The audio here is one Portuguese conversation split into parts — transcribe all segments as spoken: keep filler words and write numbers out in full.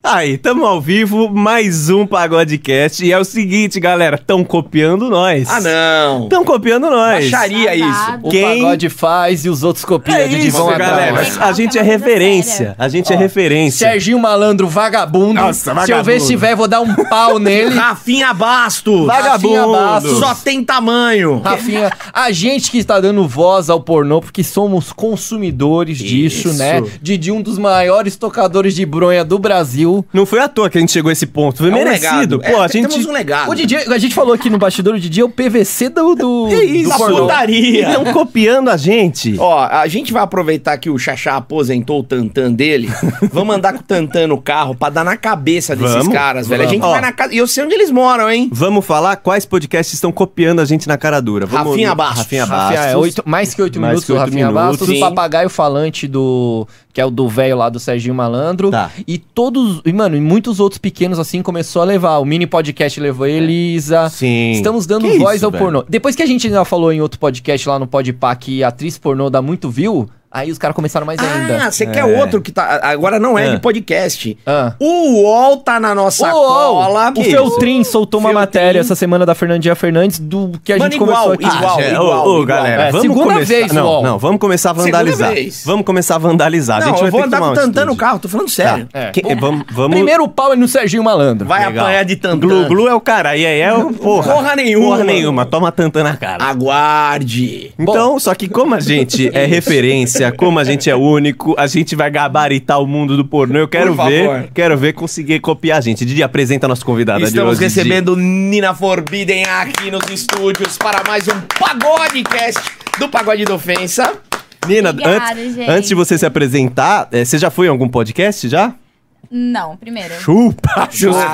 Aí, tamo ao vivo, mais um Pagodecast. E é o seguinte, galera, tão copiando nós. Ah, não. Tão copiando nós. Baixaria isso. O Quem... pagode faz e os outros copiam É de isso, vão galera. atrás. A gente é referência. A gente Ó, é referência. Serginho Malandro, vagabundo. Nossa, vagabundo. Se eu ver esse velho, vou dar um pau nele. Rafinha Bastos. Vagabundo. Bastos. Só tem tamanho. Rafinha, a gente que está dando voz ao pornô, porque somos consumidores disso, Isso. né? Didi, um dos maiores tocadores de bronha do Brasil. Não foi à toa que a gente chegou a esse ponto. Foi É um merecido. legado. Pô, É, a gente... temos um legado. O Didi, a gente falou aqui no bastidor, o Didi é o P V C do, do, Que isso? do Da pornô. putaria. Estão copiando a gente. Ó, a gente vai aproveitar que o Xaxá aposentou o tantã dele. Vamos andar com o tantã no carro pra dar na cabeça desses Vamos, caras, velho. A vamos. gente Ó. vai na casa... E eu sei onde eles moram, hein? Vamos falar quais podcasts estão copiando a gente na cara dura. Vamos... Rafinha Bastos. Rafinha Rafinha, Bastos. é oito, mais que oito Mais minutos que do oito Rafinha minutos, Bastos, sim. o papagaio falante do... que é o do velho lá do Serginho Malandro. Tá. E todos... E, mano, e muitos outros pequenos assim começou a levar. O mini podcast levou a Elisa. Sim. Estamos dando Que voz isso, ao velho? pornô. Depois que a gente já falou em outro podcast lá no Podpah que atriz pornô dá muito view, aí os caras começaram mais ainda. Ah, você É. quer outro que tá... Agora não é Ah. de podcast. Ah. O U O L tá na nossa cola. O Feltrin soltou uma Feltrin. matéria essa semana da Fernandinha Fernandes do que a Mano, gente conversou igual, aqui. igual. Ah, já- igual, ô, ô, igual. galera, É, vamos segunda começar... vez, não, Uol. não, vamos começar a vandalizar. Segunda vez. Vamos começar a vandalizar. a Não, gente eu vai vou ter que andar tomar com o uma tantã no atitude. carro, tô falando sério. Tá. É. Que- vamos, vamos... Primeiro pau é no Serginho Malandro. Vai Legal. apanhar de tantã. Glu Glu é o cara, aí aí é o... Porra, Porra nenhuma. Porra nenhuma, toma tantã na cara. Aguarde. Então, só que como a gente é referência, como a gente é único, a gente vai gabaritar o mundo do pornô. Eu quero Por ver, favor. quero ver conseguir copiar a gente. Didi, apresenta a nossa convidada de Estamos hoje. Didi. recebendo Nina Forbidden aqui nos estúdios para mais um Pagodecast do Pagode da Ofensa. Nina, Obrigada, antes, gente. antes de você se apresentar, eh, você já foi em algum podcast já? Não, primeiro. Chupa!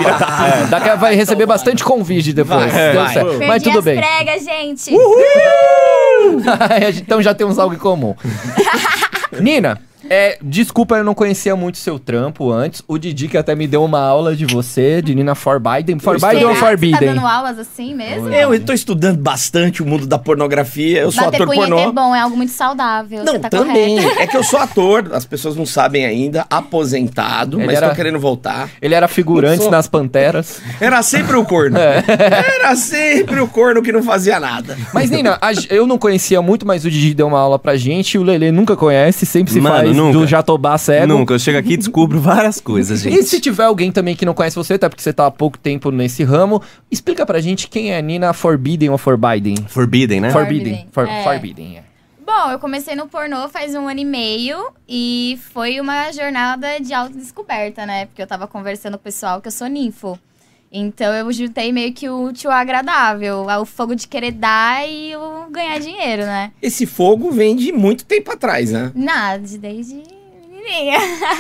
É, daqui vai receber bastante convite depois. Vai, Deu vai. certo. Perdi Mas tudo as bem. pregas, gente. Então já temos algo em comum. Nina, é, desculpa, eu não conhecia muito seu trampo antes. O Didi que até me deu uma aula de você, de Nina Forbidden. Forbidden ou Será que você tá Forbidden? dando aulas assim mesmo? Eu estou estudando bastante o mundo da pornografia. Eu sou Bater ator punheta pornô. é bom, é algo muito saudável. Não, você tá também. correto. É que eu sou ator, as pessoas não sabem ainda, aposentado, Ele mas era- tô querendo voltar. Ele era figurante Não sou. nas Panteras. Era sempre o corno. É. Era sempre o corno que não fazia nada. Mas, Nina, a g- eu não conhecia muito, mas o Didi deu uma aula pra gente. O Lelê nunca conhece, sempre se Mano, faz nunca. do Jatobá cego. Nunca, eu chego aqui e descubro várias coisas, E gente. se tiver alguém também que não conhece você, até porque você tá há pouco tempo nesse ramo, explica pra gente quem é Nina Forbidden ou Forbidden? Forbidden, né? Forbidden. For- É. Forbidden, é. Bom, eu comecei no pornô faz um ano e meio e foi uma jornada de autodescoberta, né? Porque eu tava conversando com o pessoal que eu sou ninfo. Então eu juntei meio que o útil ao agradável, o fogo de querer dar e o ganhar dinheiro, né? Esse fogo vem de muito tempo atrás, né? Nada, desde menininha.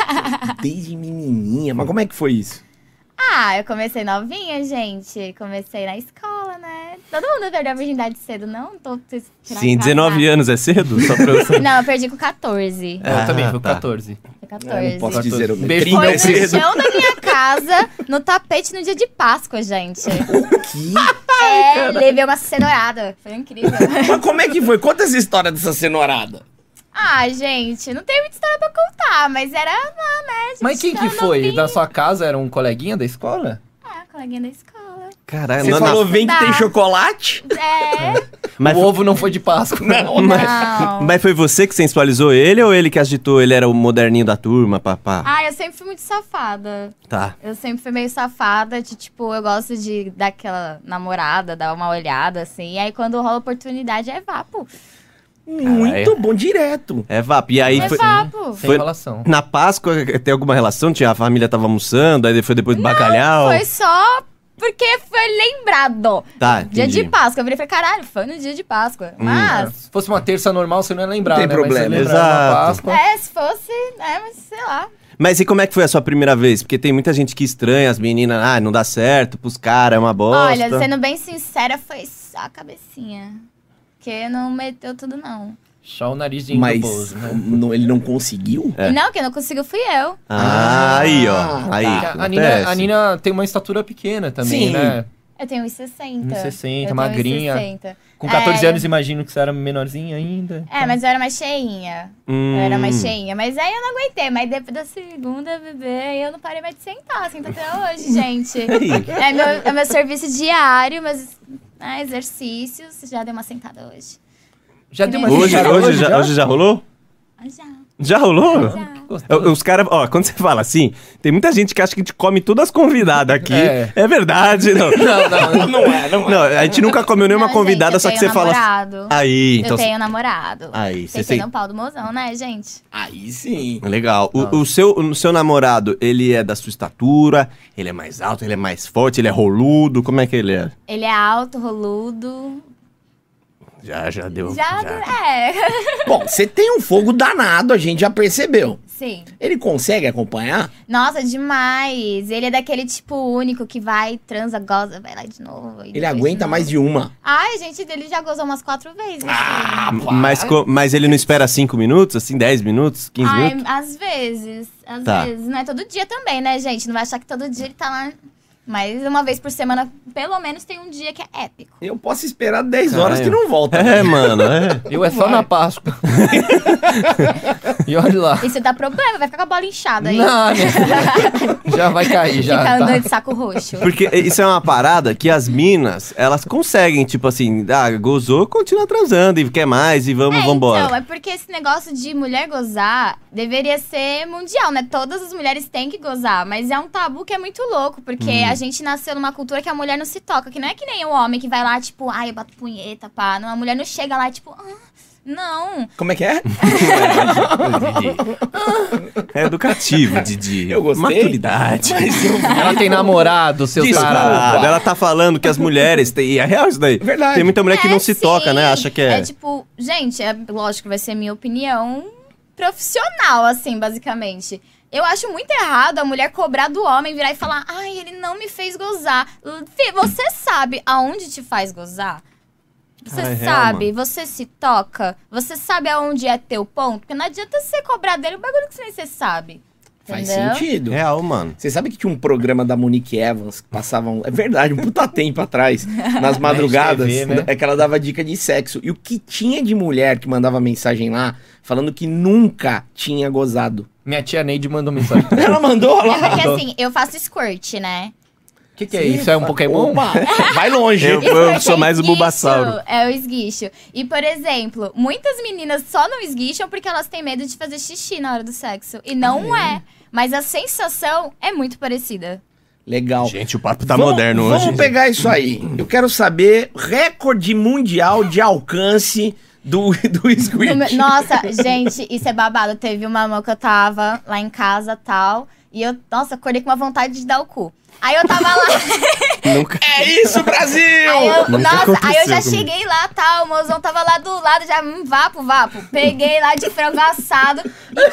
Desde menininha. Mas como é que foi isso? Ah, eu comecei novinha, gente. Comecei na escola, né? Todo mundo perdeu a virgindade cedo, não? Tô, tô Sim, dezenove anos é cedo? Só pra eu saber. Não, eu perdi com catorze. É, eu também, Ah, fui tá. catorze. Foi Eu catorze. não posso dizer o meu. Beijo trinta Foi Não, no cedo. chão da minha casa, no tapete no dia de Páscoa, gente. Que? É, levei uma cenourada. Foi incrível. Mas como é que foi? Conta essa história dessa cenourada. Ah, gente, não tem muita história pra contar, mas era lá, né? gente Mas quem que tava foi? novinha. Da sua casa era um coleguinha da escola? Ah, coleguinha da escola. Caralho, Você não, falou, não. vem que Dá. tem chocolate? É, Mas, o ovo não foi de Páscoa. Não, não. mas foi você que sensualizou ele ou ele que agitou? Ele era o moderninho da turma, papá? Ah, eu sempre fui muito safada. Tá. Eu sempre fui meio safada, de tipo, eu gosto de dar aquela namorada, dar uma olhada, assim. E aí quando rola oportunidade, é vapo. Muito bom, direto. É vapo. E aí É foi... vapo. Sem Foi- relação. Na Páscoa tem alguma relação? Tinha, a família tava almoçando, aí foi depois do bacalhau? Foi só porque foi lembrado. Tá, Dia entendi. de Páscoa. Eu virei e falei, caralho, foi no dia de Páscoa. Mas, Se fosse uma terça normal, você não ia lembrar, Não tem né? problema. Mas você lembra na Exato. Páscoa. é, se fosse, né, mas sei lá. Mas e como é que foi a sua primeira vez? Porque tem muita gente que estranha as meninas, ah, não dá certo, pros caras, é uma bosta. Olha, sendo bem sincera, foi só a cabecinha. Porque não meteu tudo, não. Só o narizinho Mas do Bozo, né? não- ele não conseguiu? É. E não, quem não conseguiu fui eu. Ah, aí, ó. Aí. A, a Nina, acontece. a Nina tem uma estatura pequena também, Sim. né? Eu tenho uns sessenta. um e sessenta, Eu magrinha. tenho uns sessenta. Com catorze É. anos, imagino que você era menorzinha ainda. É, mas eu era mais cheinha. Hum. Eu era mais cheinha. Mas aí eu não aguentei. Mas depois da segunda bebê, aí eu não parei mais de sentar. Sento até hoje, gente. É meu, é meu serviço diário, mas né, exercícios. Já dei uma sentada hoje. Já deu uma Hoje, sentada hoje, já, hoje já rolou? Ah, já. Já rolou? Já. Gostoso. Os caras, ó, quando você fala assim, tem muita gente que acha que a gente come todas as convidadas aqui. É. É, verdade, não. Não, não, Não é, não é. Não, a gente nunca comeu nenhuma Não, convidada, gente, só eu que você tenho fala. namorado. Aí, então. Eu tenho namorado. Aí, você Pensei tem- no pau do mozão, né, gente? Aí sim. Legal. O, o seu, o seu namorado, ele é da sua estatura? Ele é mais alto? Ele é mais forte? Ele é roludo? Como é que ele é? Ele é alto, roludo. Já, já deu. Já, é. Bom, você tem um fogo danado, a gente já percebeu. Sim. Ele consegue acompanhar? Nossa, demais. Ele é daquele tipo único que vai, transa, goza, vai lá de novo. e Ele depois aguenta de novo. mais de uma. Ai, gente, ele já gozou umas quatro vezes. Ah, filho. pá. Mas, co- mas ele não espera cinco minutos, assim, dez minutos, quinze Ai, minutos? às vezes. Às Tá. vezes. Não é todo dia também, né, gente? Não vai achar que todo dia ele tá lá. Mas uma vez por semana, pelo menos, tem um dia que é épico. Eu posso esperar dez horas Caralho. que não volta. É, mano, é. Eu é só na Páscoa. E olha lá. Isso dá problema, vai ficar com a bola inchada aí. Não, minha filha. Já vai cair, já. Ficar tá. andando de saco roxo. Porque isso é uma parada que as minas, elas conseguem, tipo assim, ah, gozou, continua transando e quer mais e vamos, É, vambora. então, é porque esse negócio de mulher gozar deveria ser mundial, né? Todas as mulheres têm que gozar, mas é um tabu que é muito louco, porque Hum. a gente nasceu numa cultura que a mulher não se toca, que não é que nem o homem que vai lá, tipo, ai, eu bato punheta, pá. Não, a mulher não chega lá, tipo, ah, não. Como é que é? É educativo, Didi. Eu gostei. Maturidade. Ela tem namorado, seus Desculpa, caras. ela tá falando que as mulheres têm. E é real isso daí. Verdade. Tem muita mulher que É, não se sim. toca, né? Acha que é. É tipo, gente, é lógico que vai ser minha opinião profissional, assim, basicamente. Eu acho muito errado a mulher cobrar do homem, virar e falar, ai, ele não me fez gozar. Fê, você sabe aonde te faz gozar? Você Ah, é real, sabe, você se toca, você sabe aonde é teu ponto, porque não adianta você cobrar dele o bagulho que você nem você sabe. Faz Entendeu? sentido. Real, mano. Você sabe que tinha um programa da Monique Evans que passava, um, é verdade, um puta tempo atrás, nas madrugadas, T V, né? é que ela dava dica de sexo. E o que tinha de mulher que mandava mensagem lá, falando que nunca tinha gozado. Minha tia Neide mandou mensagem. Ela mandou É lá. porque assim, eu faço squirt, né? O que, que é isso? É um Pokémon? Opa, vai longe. Eu- Esquirt sou é mais o esguicho, Bulbasauro. É o esguicho. E, por exemplo, muitas meninas só não esguicham porque elas têm medo de fazer xixi na hora do sexo. E não é. Mas a sensação é muito parecida. Legal. Gente, o papo tá Vamos- moderno vamos hoje. Vamos pegar isso aí. Eu quero saber recorde mundial de alcance do, do No squirt. meu- Nossa, gente, isso é babado. Teve uma mão que eu tava lá em casa e tal. E eu, nossa, acordei com uma vontade de dar o cu. Aí eu tava lá. Nunca. É isso, Brasil! Aí eu, Nunca nossa, aí eu aconteceu já comigo. cheguei lá, tal, o mozão tava lá do lado, já, hum, vapo, vapo. Peguei lá de frango assado e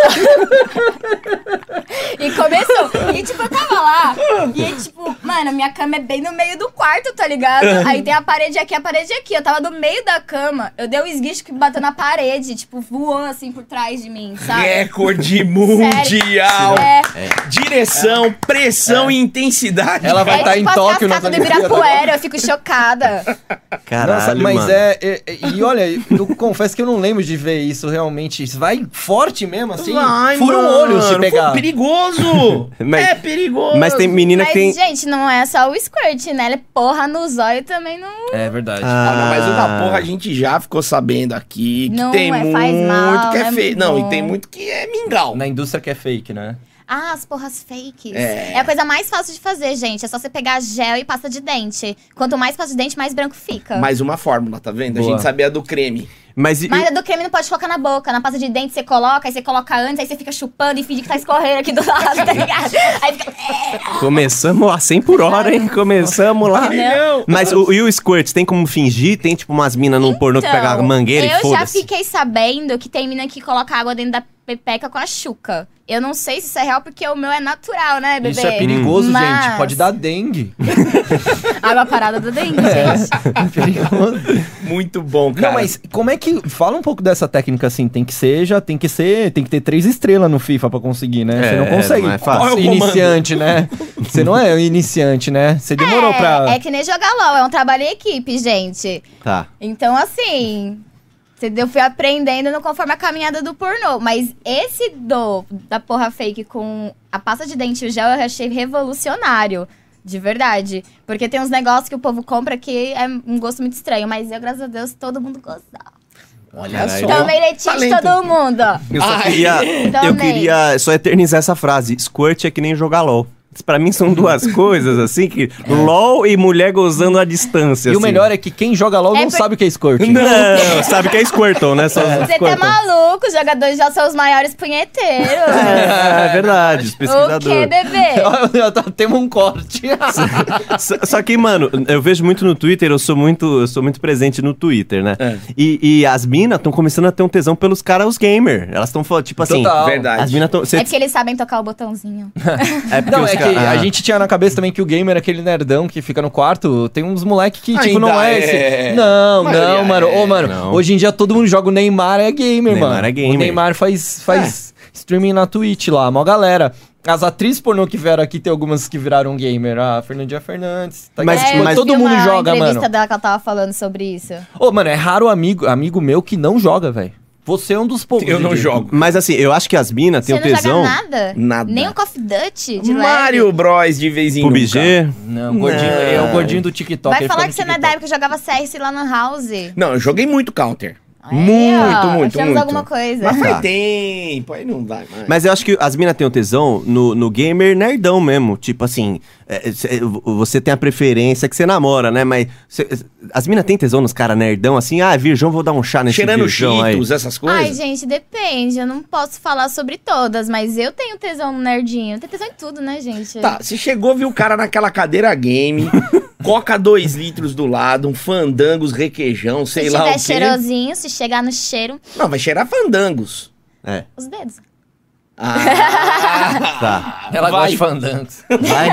começou. E começou. E, tipo, eu tava lá, e, aí, tipo, mano, minha cama é bem no meio do quarto, tá ligado? Aí tem a parede aqui, a parede aqui. Eu tava no meio da cama, eu dei um esguicho que bateu na parede, tipo, voando assim por trás de mim, sabe? Recorde mundial. É, Direção, pressão e intensidade. Ela vai é estar tipo em as Tóquio na cascatas do Ibirapuera, eu fico chocada. Caralho, Nossa, mas mano. é, é- é- E olha, eu confesso que eu não lembro de ver isso realmente. Isso vai forte mesmo, assim. Vai, fura um mano, olho se pegar. foi perigoso. Mas- é perigoso. Mas tem menina Mas, que tem. gente, não é só o squirt, né? Ele porra no zóio também não... É verdade. Ah, não, mas o da Ah. porra a gente já ficou sabendo aqui que Não tem é, muito faz mal, que é é feio. muito Não, bom. e tem muito que é mingau. Na indústria que é fake, né? Ah, as porras fakes. É. É. a coisa mais fácil de fazer, gente. É só você pegar gel e pasta de dente. Quanto mais pasta de dente, mais branco fica. Mais uma fórmula, tá vendo? A Boa. gente sabia do creme. Mas, e- Mas a do creme não pode colocar na boca. Na pasta de dente você coloca, aí você coloca antes, aí você fica chupando e finge que tá escorrendo aqui do lado, tá ligado? Aí fica... começamos a cem por hora, hein? Começamos lá. Não. Mas o, e o squirt, tem como fingir? Tem tipo umas minas num pornô que pega a mangueira e Então, eu já foda-se. fiquei sabendo que tem mina que coloca água dentro da pepeca com a chuca. Eu não sei se isso é real, porque o meu é natural, né, bebê? Isso é perigoso, Mas... gente. Pode dar dengue. Ah, uma parada do dengue, gente. É perigoso. Muito bom, cara. Não, mas como é que... Fala um pouco dessa técnica, assim. Tem que ser, já tem que ser... Tem que ter três estrelas no FIFA pra conseguir, né? Você É, não consegue. não é fácil. Qual é o comando? Iniciante, né? Você não é um iniciante, né? Você demorou é, pra... É que nem jogar LOL, é um trabalho em equipe, gente. Tá. Então, assim... Eu fui aprendendo no- conforme a caminhada do pornô. Mas esse do da porra fake com a pasta de dente e o gel eu achei revolucionário. De verdade. Porque tem uns negócios que o povo compra que é um gosto muito estranho. Mas eu, graças a Deus, todo mundo gostava. Olha Caralho. só. Tomei leitinho de Talento. todo mundo. Eu só Ai. queria, eu Também. queria só eternizar essa frase. Squirt é que nem jogar LOL. Pra mim são duas coisas, assim, que LOL e mulher gozando à distância, E o assim. melhor é que quem joga LOL É não por- sabe o que é squirt. Não, sabe que é Squirtle, né? Só Você tá Squirtle. maluco, os jogadores já são os maiores punheteiros. É, é verdade, os O pesquisadores. que, bebê? Temos um corte. Só, só que, mano, eu vejo muito no Twitter, eu sou muito, eu sou muito presente no Twitter, né? É. E, e as minas estão começando a ter um tesão pelos caras gamer. Elas estão falando, tipo assim... Total. Verdade. As minas estão... É porque eles sabem tocar o botãozinho. É porque Não, os é que ca- a ah. gente tinha na cabeça também que o gamer é aquele nerdão que fica no quarto. Tem uns moleque que, tipo, Ainda não é, é. esse. Não, A maioria não, mano. é. Ô, mano, Não. hoje em dia todo mundo joga o Neymar é gamer, Neymar mano. é gamer. O Neymar faz, faz streaming na Twitch lá, mó galera. As atrizes pornô que vieram aqui, tem algumas que viraram gamer. A Fernandinha Fernandes. Tá Mas- ligado? é, Tipo, mas- todo eu vi mundo uma joga, entrevista mano. dela que ela tava falando sobre isso. Ô, mano, é raro amigo, amigo meu que não joga, velho. Você é um dos poucos. Eu não D J. jogo. Mas assim, eu acho que as minas têm Você um não tesão... joga nada? Nada. Nem um Call of Duty de Mario leve? Bros de vez em P U B nunca. G. Não, gordinho, Não. é o gordinho do TikTok. Vai ele falar fica que você no não é da TikTok. época que jogava C S lá na House. Não, eu joguei muito Counter. Aí, muito, ó, muito, achamos muito. alguma coisa. Mas faz Tá. tempo, aí não vai mais. Mas eu acho que as minas têm um tesão no, no gamer nerdão mesmo. Tipo assim, é, cê- você tem a preferência que você namora, né? Mas cê- as minas têm tesão nos caras nerdão, assim, ah, virgão, vou dar um chá nesse Cheirando virgão aí. Cheetos, essas coisas. Ai, gente, depende. Eu não posso falar sobre todas, mas eu tenho tesão no nerdinho. Tem tesão em tudo, né, gente? Tá, você chegou, viu o cara naquela cadeira game, coca dois litros do lado, um fandangos, requeijão, sei Se lá o tiver quê. cheirosinho, se chegar no cheiro, Não, vai cheirar fandangos. É, os dedos. Ah, tá. Ela Vai. gosta de fandangos. Vai.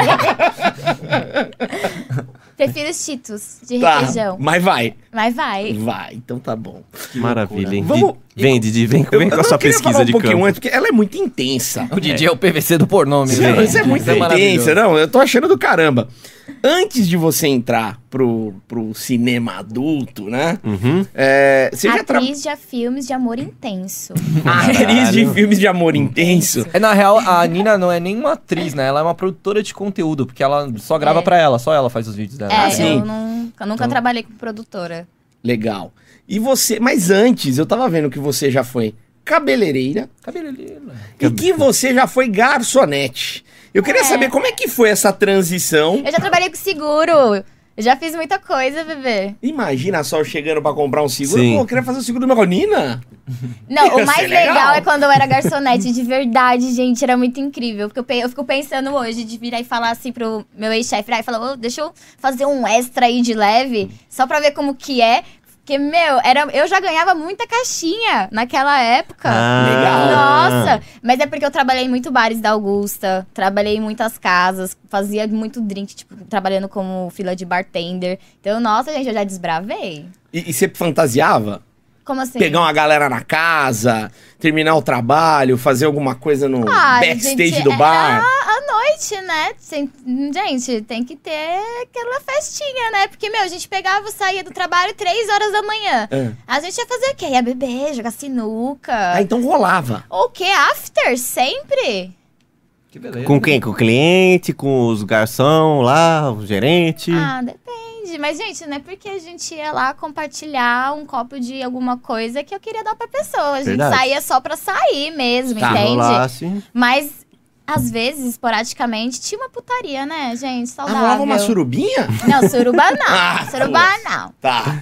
Prefiro os Cheetos de tá, requeijão. mas vai. Mas vai. Vai, então tá bom. Que maravilha, hein? Vamos- Di- Vem, Didi, vem, Eu, vem com eu a sua queria pesquisa falar um de pouquinho campo. antes, porque ela é muito intensa. O D J é, o P V C do pornô mesmo. Não, isso é muito Isso é maravilhoso. intensa, não, eu tô achando do caramba. Antes de você entrar pro, pro cinema adulto, né? Uhum. É, você já trabalhou. Atriz de filmes de amor intenso. Atriz de filmes de amor intenso. É, na real, a Nina não é nem uma atriz, né? Ela é uma produtora de conteúdo, porque ela só grava É. pra ela, só ela faz os vídeos dela. É, Ah, sim. eu, não, eu nunca trabalhei com produtora. Legal. E você, mas antes, eu tava vendo que você já foi cabeleireira Cabeleireiro. e que você já foi garçonete. Eu queria É. saber como é que foi essa transição. Eu já trabalhei com seguro. Eu já fiz muita coisa, bebê. Imagina só eu chegando pra comprar um seguro. Sim. Pô, eu queria fazer o seguro do meu Nina. Não, Ia o mais ser legal. legal é quando eu era garçonete, de verdade, gente, era muito incrível. Porque eu, pe- eu fico pensando hoje de virar e falar assim pro meu ex-chefe, virar e falar, ô, deixa eu fazer um extra aí de leve, só pra ver como que é. Porque, meu, era, eu já ganhava muita caixinha naquela época. Ah. Legal. Nossa! Mas é porque eu trabalhei em muito bares da Augusta, trabalhei em muitas casas, fazia muito drink, tipo, trabalhando como fila de bartender. Então, nossa, gente, eu já desbravei. E, e você fantasiava? Como assim? Pegar uma galera na casa, terminar o trabalho, fazer alguma coisa no Ah, backstage gente, do é- bar. À à noite, né? Sem- gente, tem que ter aquela festinha, né? Porque, meu, a gente pegava, saía do trabalho três horas da manhã. É. A gente ia fazer o quê? Ia beber, jogar sinuca. Ah, então rolava. Ou o quê? After, sempre. Que beleza. Com quem? Com o cliente, com os garçom lá, o gerente? Ah, depende. Mas, gente, não é porque a gente ia lá compartilhar um copo de alguma coisa que eu queria dar pra pessoa. A gente Verdade. saía só pra sair mesmo, Tá, entende? Rolasse. Mas, às vezes, esporadicamente, tinha uma putaria, né, gente? Ah, Saudável. rolava uma surubinha? Não, suruba não. Ah, suruba putz. não. Tá.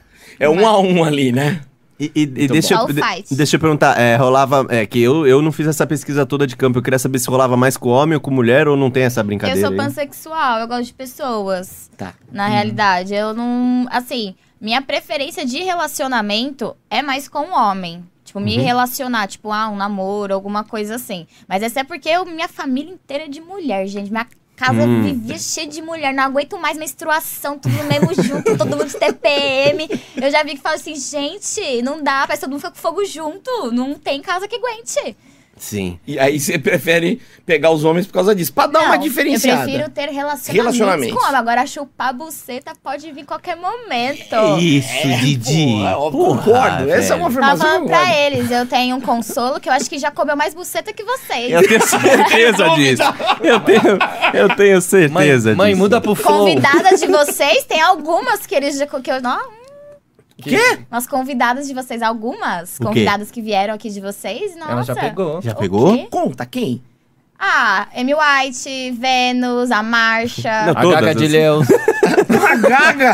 É um a um ali, né? E, e- e deixa, bom. eu, de- All fight. deixa eu perguntar, é, rolava. É que eu, eu não fiz essa pesquisa toda de campo. Eu queria saber se rolava mais com homem ou com mulher ou não tem essa Eu brincadeira. sou aí? pansexual, eu gosto de pessoas. Tá. Na realidade, eu não. Assim, minha preferência de relacionamento é mais com o homem. Tipo, Tipo, me relacionar, tipo, ah, um namoro, alguma coisa assim. Mas essa é porque eu, minha família inteira é de mulher, gente. Minha casa Hum. vivia cheia de mulher. Não aguento mais menstruação, tudo mesmo junto, todo mundo de T P M. Eu já vi que fala assim, gente, não dá, parece que todo mundo fica com fogo junto. Não tem casa que aguente. Sim. E aí você prefere pegar os homens por causa disso, pra dar Não, uma diferenciada. Eu prefiro ter relacionamentos, Relacionamentos. com homem. Agora, chupar buceta pode vir em qualquer momento. Que isso, Didi. Porra, eu Porra, concordo. Essa é uma velho. Tava afirmação que eu falando pra concordo. eles, eu tenho um consolo que eu acho que já comeu mais buceta que vocês. Eu tenho certeza disso. Eu tenho, eu tenho Mãe, certeza mãe disso. muda pro flow. Convidadas de vocês, tem algumas que eles já... Que eu, não, Quê? umas convidadas de vocês, algumas O quê? convidadas que vieram aqui de vocês, nossa. Ela já pegou. Já O pegou? quê? Conta, quem? Ah, Amy White, Vênus, a Marcha, Não, A todas Gaga de as- Leus. A Gaga!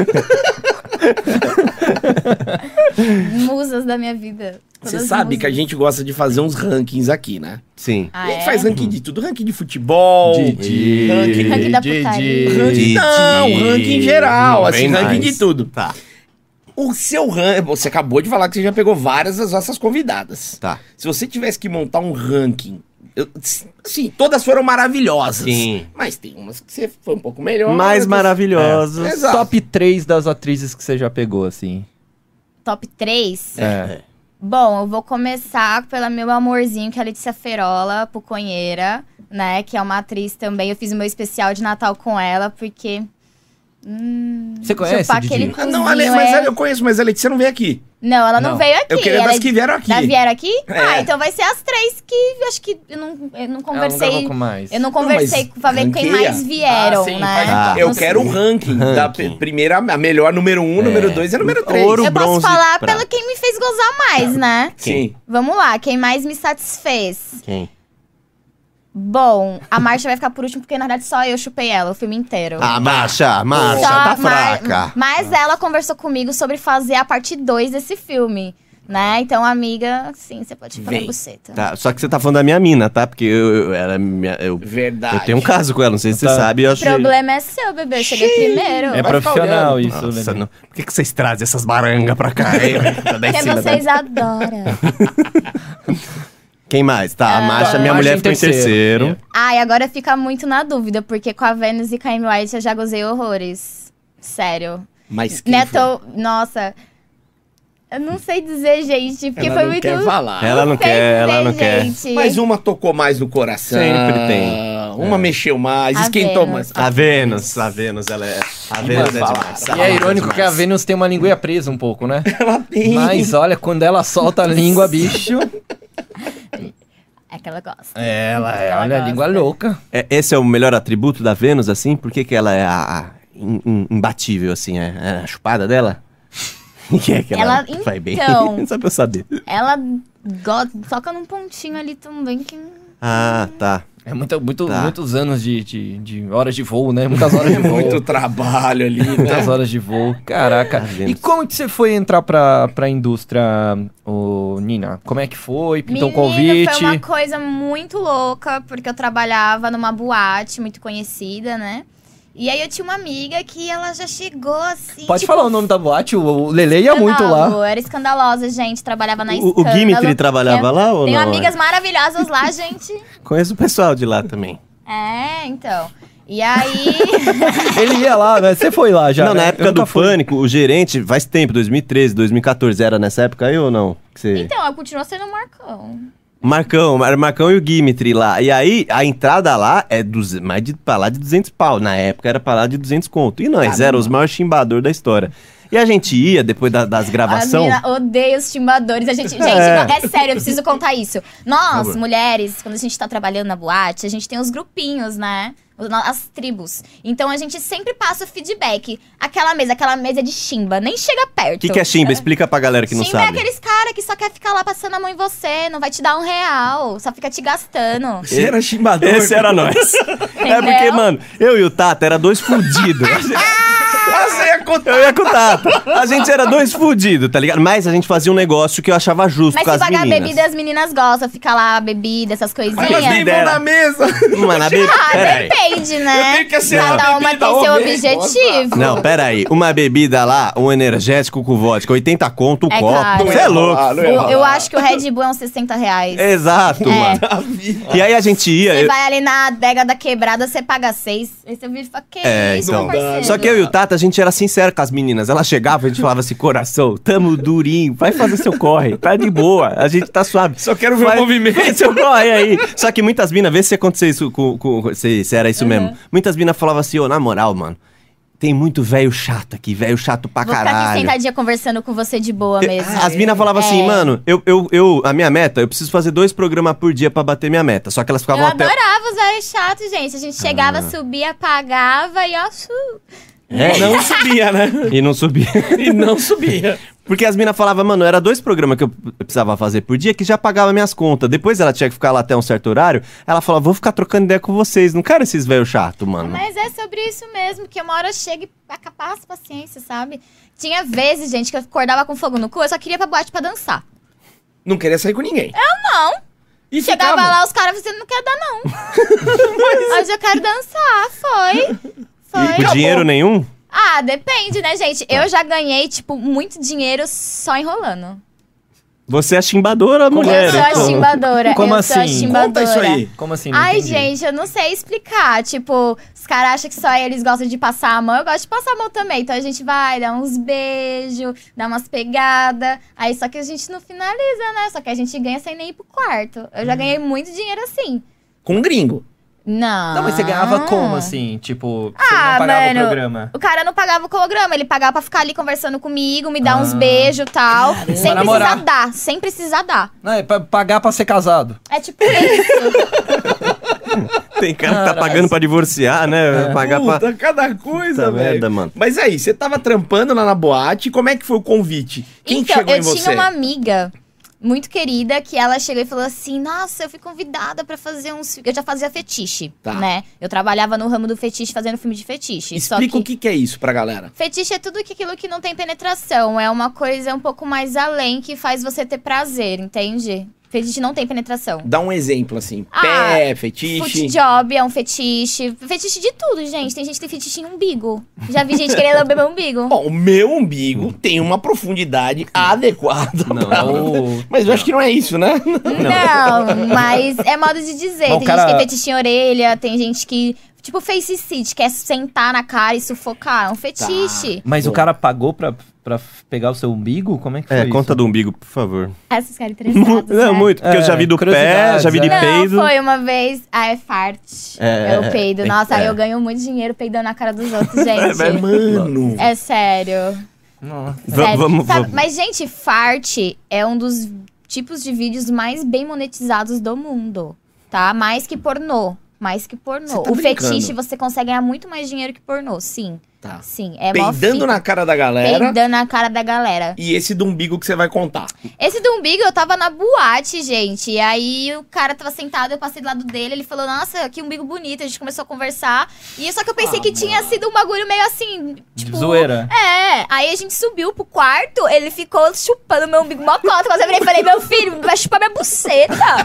musas da minha vida. Você Todas sabe que a musas. gente gosta de fazer uns rankings aqui, né? Sim. Ah, a gente é? faz ranking de tudo. Ranking de futebol. Didi. Ranking, Ranking da Didi. putaria. ranking, Didi. não, ranking em geral. Não, assim, bem ranking mais. de tudo. Tá, O seu ranking... Você acabou de falar que você já pegou várias das nossas convidadas. tá. Se você tivesse que montar um ranking... Eu, sim, todas foram maravilhosas. Sim. Mas tem umas que você foi um pouco melhor. Mais outras- maravilhosos. É, exato. Top três das atrizes que você já pegou, assim. Top três? É. Bom, eu vou começar pela meu amorzinho, que é a Letícia Ferola, puconheira, né? Que é uma atriz também. Eu fiz o meu especial de Natal com ela, porque... Hum, Você conhece, chupar Didi? aquele Ah, não, cozinho Ale, mas é... eu conheço, mas a Letícia não veio aqui. Não, ela não, Não. veio aqui. Eu queria ela das é que vieram aqui. Da vieram aqui? É. Ah, então vai ser as três que eu acho que eu não, eu não Ela não conversei. gravou com mais. Eu não Não, conversei mas pra ver quem ranqueia. mais vieram, Ah, sim, né? faz- Ah, Eu Não quero o sei. ranking, da Ranking. p- primeira, a melhor número um, número dois e a número três. Ouro, Eu posso bronze, falar prata. pelo quem me fez gozar mais, né? Sim. Vamos lá, quem mais me satisfez? Quem? Bom, a Marcha vai ficar por último, porque na verdade só eu chupei ela o filme inteiro. Ah, Marcha, Marcha, Só tá Mar- fraca. Mas ela conversou comigo sobre fazer a parte dois desse filme, né? Então, amiga, sim, você pode falar Vem. buceta. Tá, só que você tá falando da minha mina, tá? Porque eu, eu, ela é minha, eu, Verdade. eu tenho um caso com ela, não sei se Tá. você sabe. Eu O acho problema é seu, bebê. Eu cheguei primeiro. É Vai ficar profissional olhando. isso, Nossa, Lelê. não. Por que, que vocês trazem essas barangas pra cá? hein? Tá da Porque ensina, vocês né? adoram. Quem mais? Tá, a Marcha, Tá, minha Marcha mulher em ficou em terceiro. terceiro. Ai, agora fica muito na dúvida, porque com a Vênus e com a Amy White eu já gozei horrores. Sério. Mas quem Neto, foi? nossa. Eu não sei dizer, gente, porque Ela foi não muito. quer falar. Ela não sei quer, ela dizer, não quer. gente. Mas uma tocou mais no coração. Sempre tem. Uma mexeu mais, A esquentou Vênus. mais. A Vênus, a Vênus, ela é. A Vênus é falar. demais. E Ela é é irônico demais. que a Vênus tem uma linguinha presa um pouco, né? Ela tem. Mas olha, quando ela solta a língua, bicho. É que ela gosta. Ela é, Ela olha, a gosta. língua louca. É, esse é o melhor atributo da Vênus, assim? Por que, que ela é a, a in- in- imbatível, assim? É, é a chupada dela? que é que ela, Ela- vai bem? então. Só pra eu saber. Ela go- toca num pontinho ali também que. Ah, tá. É muito, muito, Tá. muitos anos de, de, de horas de voo, né? Muitas horas de voo. Muito trabalho ali, né? Muitas horas de voo. Caraca. Tá vendo? E como que você foi entrar pra, pra indústria, ô, Nina? Como é que foi? Pintou um Menino, convite? foi uma coisa muito louca, porque eu trabalhava numa boate muito conhecida, né? E aí eu tinha uma amiga que ela já chegou assim. Pode tipo, falar o nome da boate? O, o Lele ia muito lá. escândalo. Era escandalosa, gente. Trabalhava na O, o Escândalo. Gimitri trabalhava Tenho- lá ou Tenho não? amigas maravilhosas lá, gente. Conheço o pessoal de lá também. É, então. E aí. Ele ia lá, né? Você foi lá já, não, né? na Eu época nunca do fui. Pânico, o gerente, faz tempo, dois mil e treze, dois mil e quatorze, era nessa época aí ou não? Que você... Então, ela continuou sendo um Marcão. Marcão, era Marcão e o Gimitri lá. E aí, a entrada lá é duze- mais de, pra lá de duzentos pau. Na época era pra lá de duzentos conto. E nós, Caramba. eram os maiores chimbadores da história. E a gente ia, depois da- das A gravações... mina odeia os timbadores. A gente, gente, É. não, é sério, eu preciso contar isso. Nós, favor. mulheres, quando a gente tá trabalhando na boate, a gente tem os grupinhos, né? Os- As tribos. Então a gente sempre passa o feedback. Aquela mesa, aquela mesa é de chimba, nem chega perto. O que, que é chimba? Explica pra galera que não Chimba é sabe. aqueles cara que só quer ficar lá passando a mão em você, não vai te dar um real, só fica te gastando. Você era chimbador. Esse era nós. É porque, Entendeu? mano, eu e o Tata era dois fudidos. Ah, você ia contar. Eu ia com o Tata. A gente era dois fudidos, tá ligado? Mas a gente fazia um negócio que eu achava justo Mas com se as pagar meninas. bebida, as meninas gostam. Ficar lá, bebida, essas Mas coisinhas. elas nem vão dera. na mesa. Mano, a bebida... Ah, Peraí. depende, né? Eu tenho que assinar Cada a uma bebida, tem seu ô, velho. objetivo. Não, peraí. Uma bebida lá, um energético com vodka, oitenta conto o É copo. caro. Você é louco. Não ia O- rolar. eu acho que o Red Bull é uns sessenta reais. Exato, É. mano. E aí a gente ia... Você eu- vai ali na adega da quebrada, você paga seis. Aí você vira e fala, que É, isso, então. meu parceiro? Só que eu e o Tata, a gente era sincero com as meninas. Ela chegava, a gente falava assim, coração, tamo durinho, vai fazer seu corre, tá de boa, a gente tá suave. Só quero ver Vai- o movimento. Faz seu corre aí. Só que muitas minas, vê se acontecer isso com, com se, se era isso mesmo. Muitas minas falavam assim, ô, na moral, mano, tem muito velho chato aqui, velho chato pra Vou ficar aqui caralho. sentadinha conversando com você de boa mesmo. As minas falavam assim, É. mano, eu, eu, eu, a minha meta, eu preciso fazer dois programas por dia pra bater minha meta. Só que elas Eu ficavam até... adorava os velhos chatos, gente. A gente chegava, subia, apagava e ó... su- É, Não subia, né? E não subia. E não subia. Porque as minas falavam, mano, era dois programas que eu precisava fazer por dia que já pagava minhas contas. Depois ela tinha que ficar lá até um certo horário. Ela falava, vou ficar trocando ideia com vocês. Não quero esses velhos chato, mano. Mas é sobre isso mesmo, que uma hora chega e passa paciência, sabe? Tinha vezes, gente, que eu acordava com fogo no cu, eu só queria ir pra boate pra dançar. Não queria sair com ninguém. Eu não. E Chegava ficava. lá, os caras, você não quer dar, não. Hoje eu quero dançar, foi. Foi. Por dinheiro nenhum? Ah, depende, né, gente? Eu já ganhei, tipo, muito dinheiro só enrolando. Você é chimbadora, mulher. Eu sou a então. chimbadora. Como eu sou a assim? chimbadora. Conta isso aí. Como assim? Não Ai, entendi. gente, eu não sei explicar. Tipo, os caras acham que só eles gostam de passar a mão. Eu gosto de passar a mão também. Então a gente vai dar uns beijos, dar umas pegadas. Aí só que a gente não finaliza, né? Só que a gente ganha sem nem ir pro quarto. Eu já ganhei muito dinheiro assim. Com um gringo. Não. Não, mas você ganhava como, assim? Tipo, você Ah, não pagava mano, o programa? O cara não pagava o programa, ele pagava pra ficar ali conversando comigo, me dar uns Ah. beijos e tal. Sem Pra precisar namorar. dar, sem precisar dar. Não, é pra pagar pra ser casado. É tipo isso. Tem cara que tá Caralho. pagando pra divorciar, né? Pagar pra... Puta, cada coisa, Puta velho. merda, mano. Mas aí, você tava trampando lá na boate, como é que foi o convite? Quem então, chegou eu em você? tinha uma amiga muito querida que ela chegou e falou assim: nossa, eu fui convidada pra fazer uns. fi-" Eu já fazia fetiche, Tá. né? Eu trabalhava no ramo do fetiche fazendo filme de fetiche. Explica só o que, que é isso pra galera. Fetiche é tudo que- aquilo que não tem penetração. É uma coisa um pouco mais além que faz você ter prazer, entende? Fetiche não tem penetração. Dá um exemplo, assim. Ah, Pé, fetiche. Foot job é um fetiche. Fetiche de tudo, gente. Tem gente que tem fetiche em umbigo. Já vi gente querendo lamber meu umbigo. Bom, o meu umbigo tem uma profundidade adequada. Não, pra- o- Mas eu acho que não é isso, né? Não, mas é modo de dizer. Mas o Tem cara- gente que tem fetiche em orelha, tem gente que. Tipo, face sit, quer sentar na cara e sufocar. É um fetiche. Mas o cara pagou pra, pra pegar o seu umbigo? Como é que foi É, isso? conta do umbigo, por favor. Essas caras interessadas, Não, né? muito, porque eu já vi do É, pé, curiosidades, já vi de é. Não, peido. foi uma vez. Ah, é fart. É, É, o peido. é, Nossa, aí é. eu ganho muito dinheiro peidando na cara dos outros, gente. Mano. É sério. Nossa. Va- Sério. vamos, Sabe, vamos. Mas, gente, fart é um dos tipos de vídeos mais bem monetizados do mundo, tá? Mais que pornô. Mais que pornô. Você tá o brincando. fetiche, você consegue ganhar muito mais dinheiro que pornô, sim. Tá. Sim, é mó Peidando fita. na cara da galera. Peidando na cara da galera. E esse do umbigo que você vai contar. Esse do umbigo, eu tava na boate, gente. E aí o cara tava sentado, eu passei do lado dele, ele falou, nossa, que umbigo bonito. A gente começou a conversar. E só que eu pensei Ah, que tinha sido um bagulho meio assim, tipo... Zoeira. É, aí a gente subiu pro quarto, ele ficou chupando meu umbigo mó cota. Quase eu virei e falei, meu filho, vai chupar minha buceta.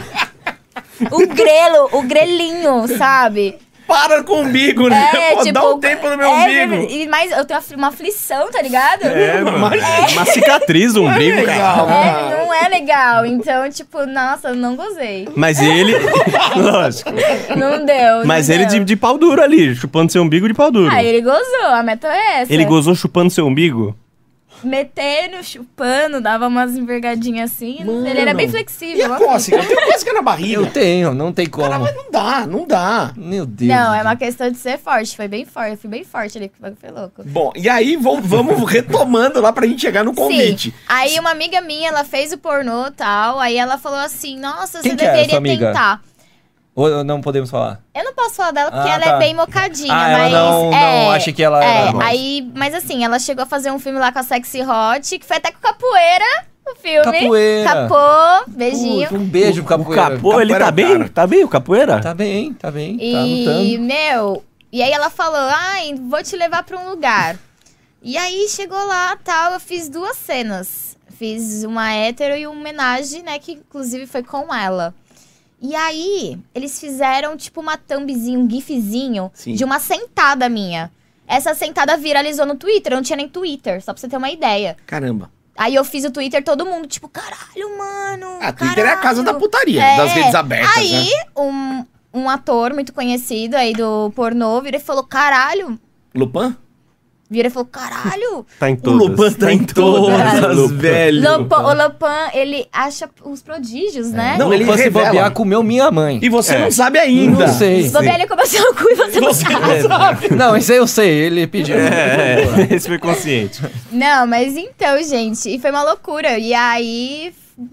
O grelo, o grelinho, sabe? Para com o umbigo, né? É, Pô, tipo... dá um tempo no meu é, umbigo. E mais, eu tenho uma aflição, tá ligado? É, mano. Uma cicatriz, um umbigo, cara. legal. É, não é legal. Então, tipo, nossa, eu não gozei. Mas ele. Lógico. Não deu. Mas não ele deu. de, de pau duro ali, chupando seu umbigo de pau duro. Ah, ele gozou, a meta é essa. Ele gozou chupando seu umbigo? Metendo, chupando, dava umas envergadinhas assim. Mano. Ele era bem E flexível. a ó. cócega? Eu tenho cócega na barriga. Eu tenho, não tem como. Cara, mas não dá, não dá. Meu Deus. Não, é uma questão de ser forte. Foi bem forte. Eu fui bem forte ali, que o bagulho foi louco. Bom, e aí vamo- vamos retomando lá pra gente chegar no convite. Sim. Aí uma amiga minha, ela fez o pornô e tal. Aí ela falou assim: nossa, Quem você que é essa deveria amiga? tentar. Ou não podemos falar? Eu não posso falar dela porque Ah, ela tá. é bem mocadinha, Ah, ela mas. não- é, não, achei que ela é, era mais. aí, mas assim, ela chegou a fazer um filme lá com a Sexy Hot, que foi até com capoeira o filme. Capoeira. Capô, beijinho. Putz, um beijo pro O capoeira. capô, ele Capoeira tá é bem? cara. Tá bem o capoeira? Tá bem, tá bem. Tá E, lutando. meu, e aí ela falou: ai, vou te levar pra um lugar. E aí, chegou lá, tal, eu fiz duas cenas. Fiz uma hétero e uma homenagem, né, que inclusive foi com ela. E aí, eles fizeram, tipo, uma thumbzinha, um gifzinho Sim. de uma sentada minha. Essa sentada viralizou no Twitter, eu não tinha nem Twitter, só pra você ter uma ideia. Caramba. Aí eu fiz o Twitter, todo mundo, tipo, caralho, mano, A Twitter é a caralho. casa da putaria, É. das redes abertas, Aí, né? um, um ator muito conhecido aí do pornô virou e falou, caralho. Lupin? Virou e falou, caralho. Tá em O todas. Lupin tá em todas, Lupin. velho. Lupin, o Lupin, ele acha os prodígios, né? Não, Não, ele ele se revela. bobear, comeu minha mãe. E você É. não sabe ainda. Não sei. Se bobear, ele comeu seu cu e você não Você sabe. não sabe. Não, isso aí eu sei, ele pediu. É, esse foi consciente. Não, mas então, gente, e foi uma loucura. E aí,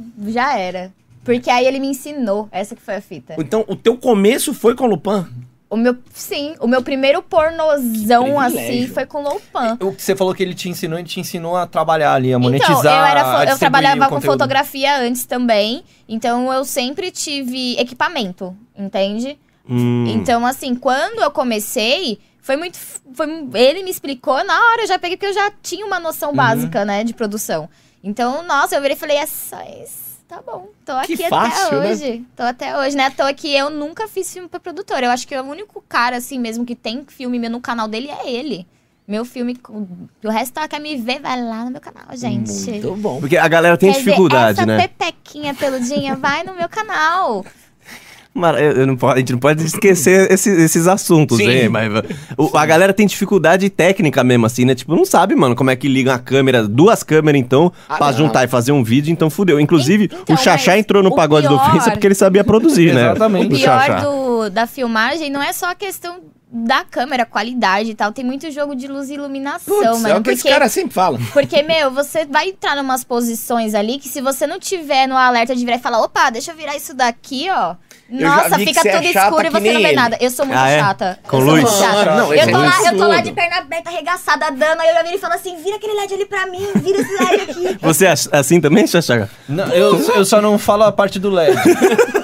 já era. Porque aí ele me ensinou, essa que foi a fita. Então, o teu começo foi com o Lupin? O meu, sim, o meu primeiro pornozão, Privilégio. assim, foi com Lupin. O que você falou que ele te ensinou, ele te ensinou a trabalhar ali, a monetizar, Então, eu, era fo- a eu distribuir trabalhava o com conteúdo. fotografia antes também. Então, eu sempre tive equipamento, entende? Hum. Então, assim, quando eu comecei, foi muito... Foi, ele me explicou, na hora eu já peguei, porque eu já tinha uma noção básica, né, de produção. Então, nossa, eu virei e falei, essa... essa tá bom, tô aqui Que até fácil, né? hoje. Tô até hoje, né? Tô aqui, eu nunca fiz filme pra produtora. Eu acho que o único cara, assim, mesmo que tem filme meu no canal dele é ele. Meu filme, o resto ela quer me ver, vai lá no meu canal, gente. Muito bom. Porque a galera tem Quer ver dificuldade, essa né? pepequinha peludinha, vai no meu canal. Mano, eu- eu não posso- a gente não pode esquecer esses, esses assuntos, Sim. hein? Mas o- a galera tem dificuldade técnica mesmo, assim, né? Tipo, não sabe, mano, como é que liga a câmera, duas câmeras, então, Ah, pra não. juntar e fazer um vídeo, então fudeu. Inclusive, Então, o Xaxá mas entrou no o pagode do pior- Ofensa porque ele sabia produzir, né? Exatamente. O O pior Xaxá. do, da filmagem não é só a questão da câmera, qualidade e tal. Tem muito jogo de luz e iluminação, Putz, mano. é o que esse porque, cara sempre fala. porque, meu, você vai entrar numas posições ali que se você não tiver no alerta de virar e falar, opa, deixa eu virar isso daqui, ó. já Nossa, vi que fica você é tudo chata escuro e que você nem não vê ele. nada. Eu sou muito Ah, é? chata. Com eu sou luz? muito chata. Não, eu, esse tô é lá, eu tô lá tudo. de perna aberta, arregaçada, dando, aí eu já viro e falo assim, vira aquele L E D ali pra mim, vira esse L E D aqui. Você é assim também, Xaxá? Não, eu, eu só não falo a parte do L E D.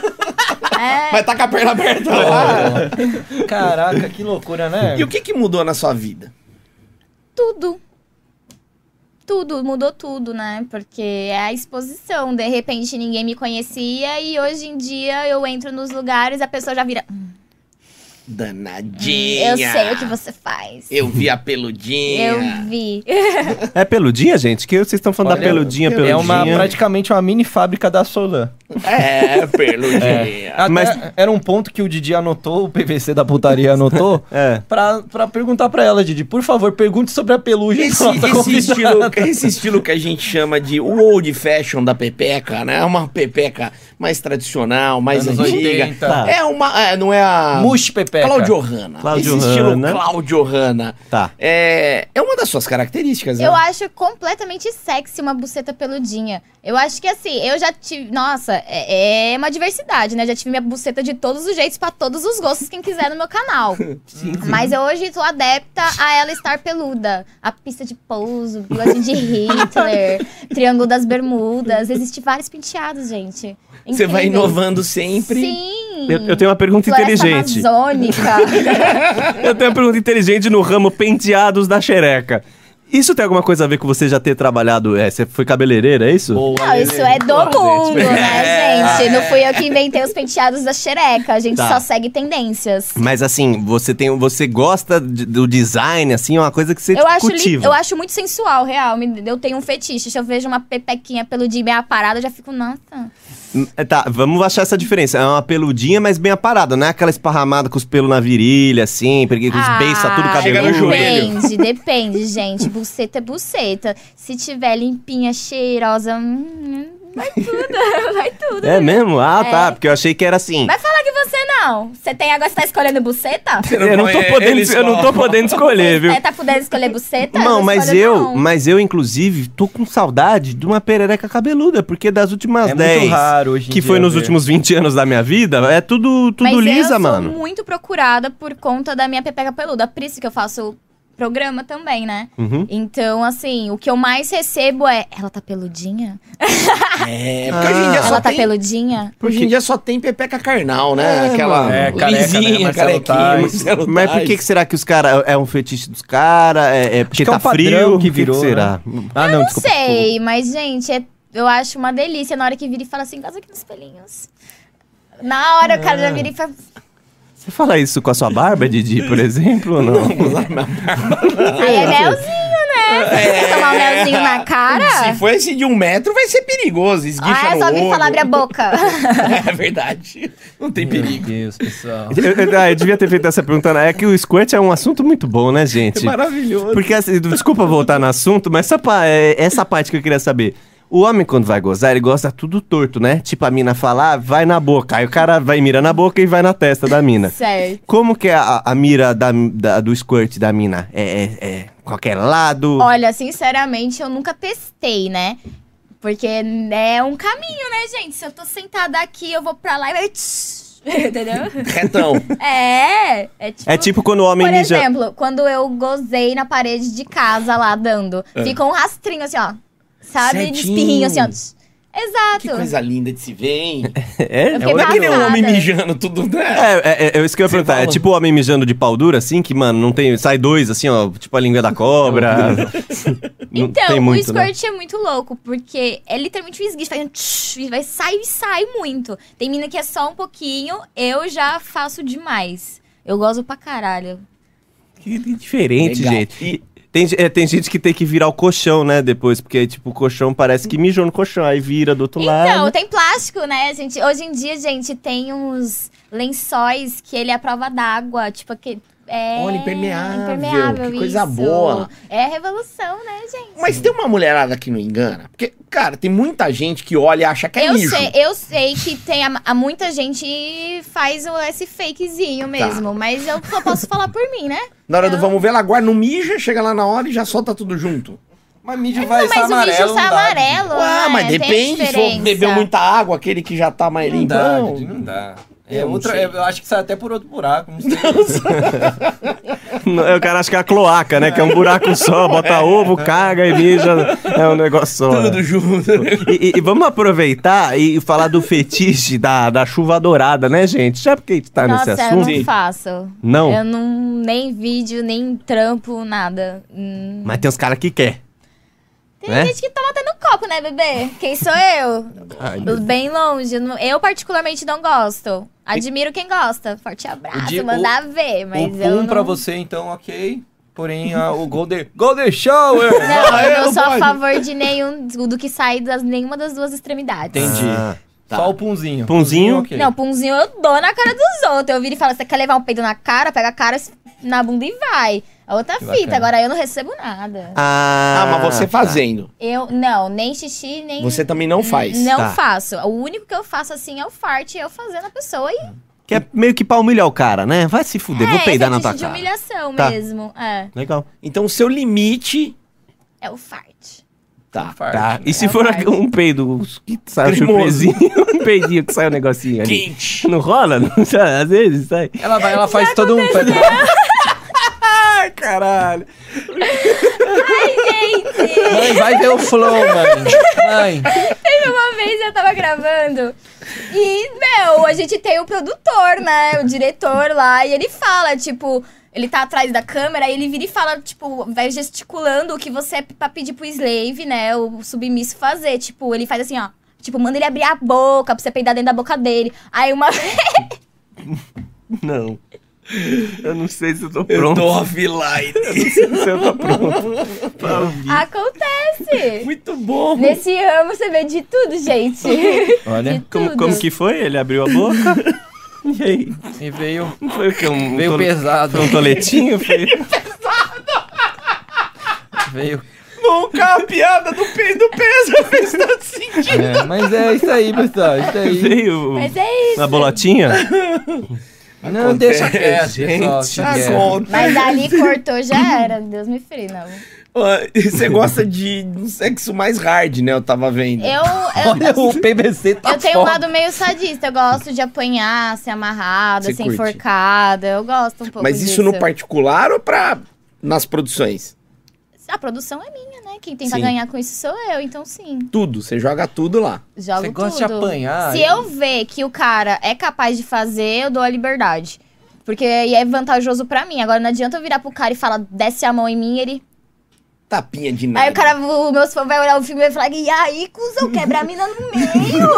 É, Vai tá com a perna aberta lá. Caraca, que loucura, né? E o que que mudou na sua vida? tudo. Tudo, mudou tudo, né? Porque é a exposição. De repente ninguém me conhecia e hoje em dia eu entro nos lugares e a pessoa já vira. "Hum, Danadinha. eu sei o que você faz. Eu vi a peludinha. Eu vi. É peludinha, gente? Que vocês estão falando da Olha, peludinha, É peludinha. uma, praticamente uma mini fábrica da Solan. É, peludinha. Até Mas- era um ponto que o Didi anotou, o P V C da putaria anotou, É. pra, pra perguntar pra ela, Didi, por favor, pergunte sobre a pelugem Esse, da nossa esse, convidada. estilo, esse estilo que a gente chama de o old fashion da pepeca, né? É uma pepeca mais tradicional, mais Anos antiga. oitenta. Tá. É uma. É, não é a. Mush pepeca. Claudio Hanna. Claudio Esse estilo Hanna. Claudio Hanna. Tá. É, é uma das suas características, né? Eu acho completamente sexy uma buceta peludinha. Eu acho que assim, eu já tive. Nossa, é, é uma diversidade, né? Já tive minha buceta de todos os jeitos, pra todos os gostos, quem quiser no meu canal. Mas eu hoje tô adepta a ela estar peluda. A pista de pouso, bigodinho de Hitler, Triângulo das Bermudas. Existem vários penteados, gente. Você vai Incríveis. inovando sempre. Sim. Eu, eu tenho uma pergunta Floresta inteligente. Amazônica. Eu tenho uma pergunta inteligente no ramo penteados da xereca. Isso tem alguma coisa a ver com você já ter trabalhado? É, você foi cabeleireira, é isso? Boa, Não, isso Lelê. é do Boa, mundo, gente. né, gente? Não fui eu que inventei os penteados da xereca. A gente Tá. só segue tendências. Mas assim, você tem, você gosta de- do design, assim, é uma coisa que você Eu acho, li- cultiva. eu acho muito sensual, real. Me- Eu tenho um fetiche. Se eu vejo uma pepequinha peludinha bem aparada, eu já fico, nossa. É, Tá, vamos achar essa diferença. É uma peludinha, mas bem aparada. Não é aquela esparramada com os pelos na virilha, assim, porque com os beiça tudo Chega no cabeludo. joelho. Depende, depende, gente. Buceta é buceta. Se tiver limpinha, cheirosa, hum, vai tudo, vai tudo. É mesmo? Ah, É. tá. Porque eu achei que era assim. Vai falar que você não. Você tem agora, você tá escolhendo buceta? Eu não tô Ele podendo, eu não tô escolhe. podendo escolher, viu? Você tá podendo escolher buceta? Não, mas escolho eu, não. mas eu, inclusive, tô com saudade de uma perereca cabeluda, porque das últimas É muito dez, raro hoje em que dia foi nos ver. últimos vinte anos da minha vida, é tudo, tudo Mas lisa, eu mano. sou muito procurada por conta da minha pepeca peluda. Por isso que eu faço programa também, né? Uhum. Então, assim, o que eu mais recebo é... Ela tá peludinha? É, porque hoje em dia só Ela tá tem... peludinha? Hoje em dia só tem pepeca carnal, né? É, Aquela mano. É, careca, né? lisinha, Marcelo carequinha, Tais. Marcelo Mas por Tais. que, que será que os caras... É um fetiche dos caras? É, é porque que é tá um padrão frio? que O virou, que será? Ah, não, Não desculpa. sei, mas, gente, é- eu acho uma delícia na hora que vira e fala assim, gosta aqui nos pelinhos. Na hora o cara já vira e fala... Você fala isso com a sua barba, Didi, por exemplo, ou não? Aí é melzinho, né? Se você tomar um melzinho na cara... Se for esse de um metro, vai ser perigoso. Esguicha Ah, no só me olho. falar, abre a boca. É verdade. Não tem Meu perigo. Deus, pessoal. Eu, eu- ah, eu devia ter feito essa pergunta. né? É que o squirt é um assunto muito bom, né, É gente? maravilhoso. Porque, assim, desculpa voltar no assunto, mas essa, pa- é- essa parte que eu queria saber. O homem, quando vai gozar, ele gosta tudo torto, né? Tipo, a mina fala, ah, vai na boca. Aí o cara vai mira na boca e vai na testa da mina. Certo. Como que é a, a mira da, da- do squirt da mina? É, é, é qualquer lado? Olha, sinceramente, eu nunca testei, né? Porque é um caminho, né, gente? Se eu tô sentada aqui, eu vou pra lá e vai... Entendeu? Retão. É, é tipo... É tipo quando o homem Por mija... exemplo, quando eu gozei na parede de casa lá dando, fica um rastrinho assim, ó. Sabe? De Certinho. espirrinho assim, ó. Exato. Que coisa linda de se ver, hein? É, Eu Não fiquei é que nem um passada. homem mijando tudo, né? É, é, é isso que eu ia Você perguntar. É fala. tipo o homem mijando de pau dura, assim, que, mano, não tem. Sai dois, assim, ó, tipo a língua da cobra. Não Então, tem muito, o né? squirt é muito louco, porque é literalmente um esguicho, faz um tsh, e vai sair e sai muito. Tem mina que é só um pouquinho, eu já faço demais. Eu gosto pra caralho. Que diferente, Legal. gente. E tem, é, tem gente que tem que virar o colchão, né, depois, porque, tipo, o colchão parece que mijou no colchão, aí vira do outro Então, lado. tem plástico, né, gente? Hoje em dia, gente, tem uns lençóis que ele é a prova d'água, tipo aquele... É Olha, impermeável, impermeável, que coisa isso. boa. É a revolução, né, gente? Mas tem uma mulherada que não engana. Porque, cara, tem muita gente que olha e acha que é eu mijo. sei, eu sei que tem a, a muita gente faz o- esse fakezinho mesmo, mas eu só posso falar por mim, né? Na hora do Eu- vamos ver, ela guarda, não mija, chega lá na hora e já solta tudo junto. Mas mídia Não, vai mas ser o amarelo. bicho sai não dá, amarelo, Ah, né? mas Tem depende, se for diferença. bebeu muita água, aquele que já tá mais Não limpo. dá, Não. Didi, não dá. É Eu não outra, sei. eu acho que sai até por outro buraco. Não sei. Não, o cara acha que é a cloaca, né? Que é um buraco só, bota ovo, caga e mija. É um negócio só. Tudo junto. E, e- e vamos aproveitar e falar do fetiche da, da chuva dourada, né, gente? Já porque a gente tá Nossa, nesse eu assunto. não faço. Não? Eu não, nem vídeo, nem trampo, nada. Hum. Mas tem uns caras que quer. Tem né? gente que toma até no copo, né, bebê? Quem sou eu? Ai, Bem longe. Eu não- Eu, particularmente, não gosto. Admiro quem gosta. Forte abraço, O di- mandar ver. Mas o eu pum não... pra você, então, ok. Porém, a- o Golden, Golden Shower! Não, Ah, eu eu não não sou a pode. favor de nenhum do que sai das nenhuma das duas extremidades. Entendi. Ah, Só o punzinho. Punzinho? ok. Não, punzinho eu dou na cara dos outros. Eu viro e falo, você quer levar um peido na cara? Pega a cara na bunda e vai. A outra Que fita, bacana. agora eu não recebo nada. Ah, Ah, mas você tá. fazendo. Eu, não, nem xixi, nem... Você também não faz. Não Tá. faço. O único que eu faço assim é o fart, eu fazendo a pessoa e... Que é meio que pra humilhar o cara, né? Vai se fuder, vou é, peidar esse na é tua de cara. humilhação Tá. mesmo. É, Legal. Então o seu limite é o fart. tá. Fart, Tá. né? E se É o for fart. um peido que sai um Cremoso. surpresinho, um peidinho que sai um negocinho ali. Quente. Não rola? Não, às vezes sai. Ela, vai, ela faz todo um... Ai, caralho. Gente! Mãe, vai ver o flow, mãe. Mãe. Teve uma vez eu tava gravando e, meu, a gente tem o produtor, né? O diretor lá, e ele fala, tipo, ele tá atrás da câmera e ele vira e fala, tipo, vai gesticulando o que você é pra pedir pro slave, né? O submisso fazer. Tipo, ele faz assim, ó. Tipo, manda ele abrir a boca pra você peidar dentro da boca dele. Aí uma vez. Não. Eu não sei se eu tô Eu pronto. tô offline. Se eu tô pronto. pra ouvir. Acontece! Muito bom. Nesse ramo você vê de tudo, gente. Olha, De Como, tudo. como que foi? Ele abriu a boca. E aí? e veio, Não foi o quê? Um, veio tole- pesado. Foi um toletinho? Foi... Veio... Nunca a piada do peido pesa fez tanto sentido. É, mas é isso aí, pessoal. Isso aí. Veio Mas é isso. uma bolotinha? Não, deixa quieto, gente. pessoal. deixa quieto. Acontece. Mas ali cortou, já era. Deus me free, não. Ó, Você gosta de um sexo mais hard, né? Eu tava vendo. Eu, eu, Olha, o P V C tá eu tenho um foda. lado meio sadista. Eu gosto de apanhar, ser amarrada, Você ser curte? enforcada. Eu gosto um pouco Mas disso. isso no particular ou pra nas produções? A produção é minha, né? Quem tenta Sim. ganhar com isso sou eu, então sim. Tudo, você joga tudo lá. Jogo Você tudo. gosta de apanhar, Se hein? eu ver que o cara é capaz de fazer, eu dou a liberdade. Porque aí é vantajoso pra mim. Agora não adianta eu virar pro cara e falar, desce a mão em mim, ele... Tapinha de nada. Aí o cara, o meus fãs vai olhar o filme e vai falar, e aí, cuzão, quebra a mina no meio.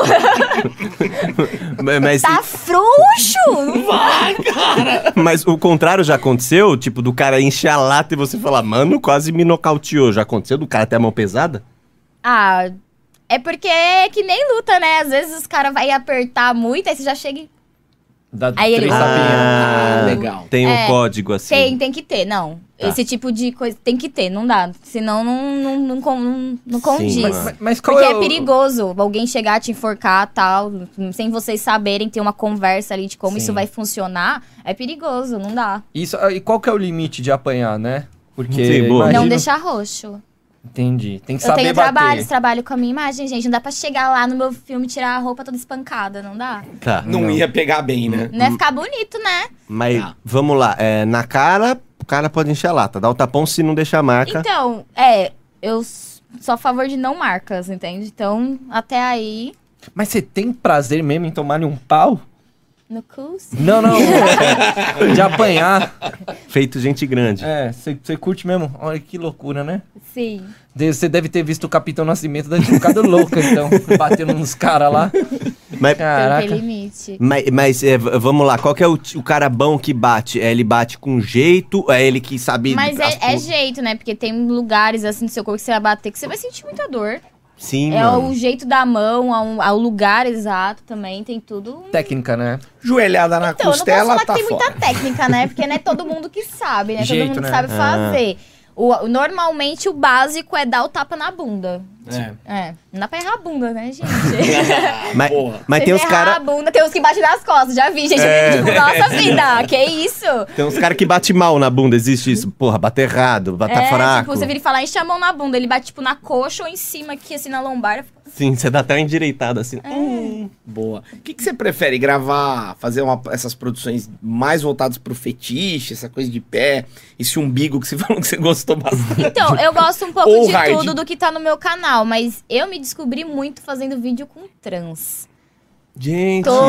Mas, Tá frouxo. Vai, cara! mas o contrário já aconteceu? Tipo, do cara encher a lata e você falar, mano, quase me nocauteou. Já aconteceu do cara ter a mão pesada? Ah, é porque é que nem luta, né? Às vezes os caras vão apertar muito, aí você já chega e... Dá Aí ele- três tapinhas. Ah, legal. Tem um É, código assim. Tem, tem que ter, não. Tá. Esse tipo de coisa tem que ter, não dá. Senão não, não, não, con- não, não condiz. Sim, Mas, mas qual Porque é, é o- perigoso alguém chegar, te enforcar tal, sem vocês saberem, ter uma conversa ali de como Sim. isso vai funcionar. É perigoso, não dá. Isso, ah, e qual que é o limite de apanhar, né? Porque Sim, boa. imagino- Não deixar roxo. Entendi. Tem que Eu saber tenho bater. trabalhos, trabalho com a minha imagem, gente. Não dá pra chegar lá no meu filme e tirar a roupa toda espancada, não dá. Tá. Não, Não. ia pegar bem, né? Não é ficar bonito, né? Mas Tá. vamos lá. É, na cara, o cara pode encher a lata. Dá o tapão se não deixar marca. Então, é, eu s- sou a favor de não marcas, entende? Então, até aí, Mas você tem prazer mesmo em tomar-lhe um pau? no cu, sim. Não, não. De apanhar. Feito gente grande. É, você curte mesmo? Olha que loucura, né? Sim. Você deve ter visto o Capitão Nascimento, deve ter ficado louca, então. Batendo nos caras lá. Mas, Então Caraca. tem limite. mas, mas, é, v- vamos lá. Qual que é o, t- o cara bom que bate? É ele bate com jeito? É ele que sabe... Mas as é, é pu- jeito, né? Porque tem lugares assim no seu corpo que você vai bater que você vai sentir muita dor. Sim, É mano. o jeito da mão, ao, ao lugar exato também, tem tudo. Técnica, né? Joelhada na Então, eu não posso costela, falar tá que tem fora. muita técnica, né? Porque não é todo mundo que sabe, né? Jeito, todo mundo né? que sabe Ah. fazer. O, o- normalmente o básico é dar o tapa na bunda. É. É, não dá pra errar a bunda, né, gente? Mas, Porra. mas Você tem uns errar caras... a bunda, tem uns que batem nas costas, já vi, gente. É. Tipo, nossa vida, que isso? Tem uns caras que bate mal na bunda, existe isso. Porra, bate errado, bate é, fraco. tipo, você vira e fala, enche a mão na bunda. Ele bate, tipo, na coxa ou em cima aqui, assim, na lombar. Sim, você dá até uma endireitada assim. É. Boa. O que, que você prefere? Gravar, fazer uma- essas produções mais voltadas pro fetiche, essa coisa de pé, esse umbigo que você falou que você gostou bastante? Então, eu gosto um pouco Ou de hard. tudo do que tá no meu canal, mas eu me descobri muito fazendo vídeo com trans. Gente... Tô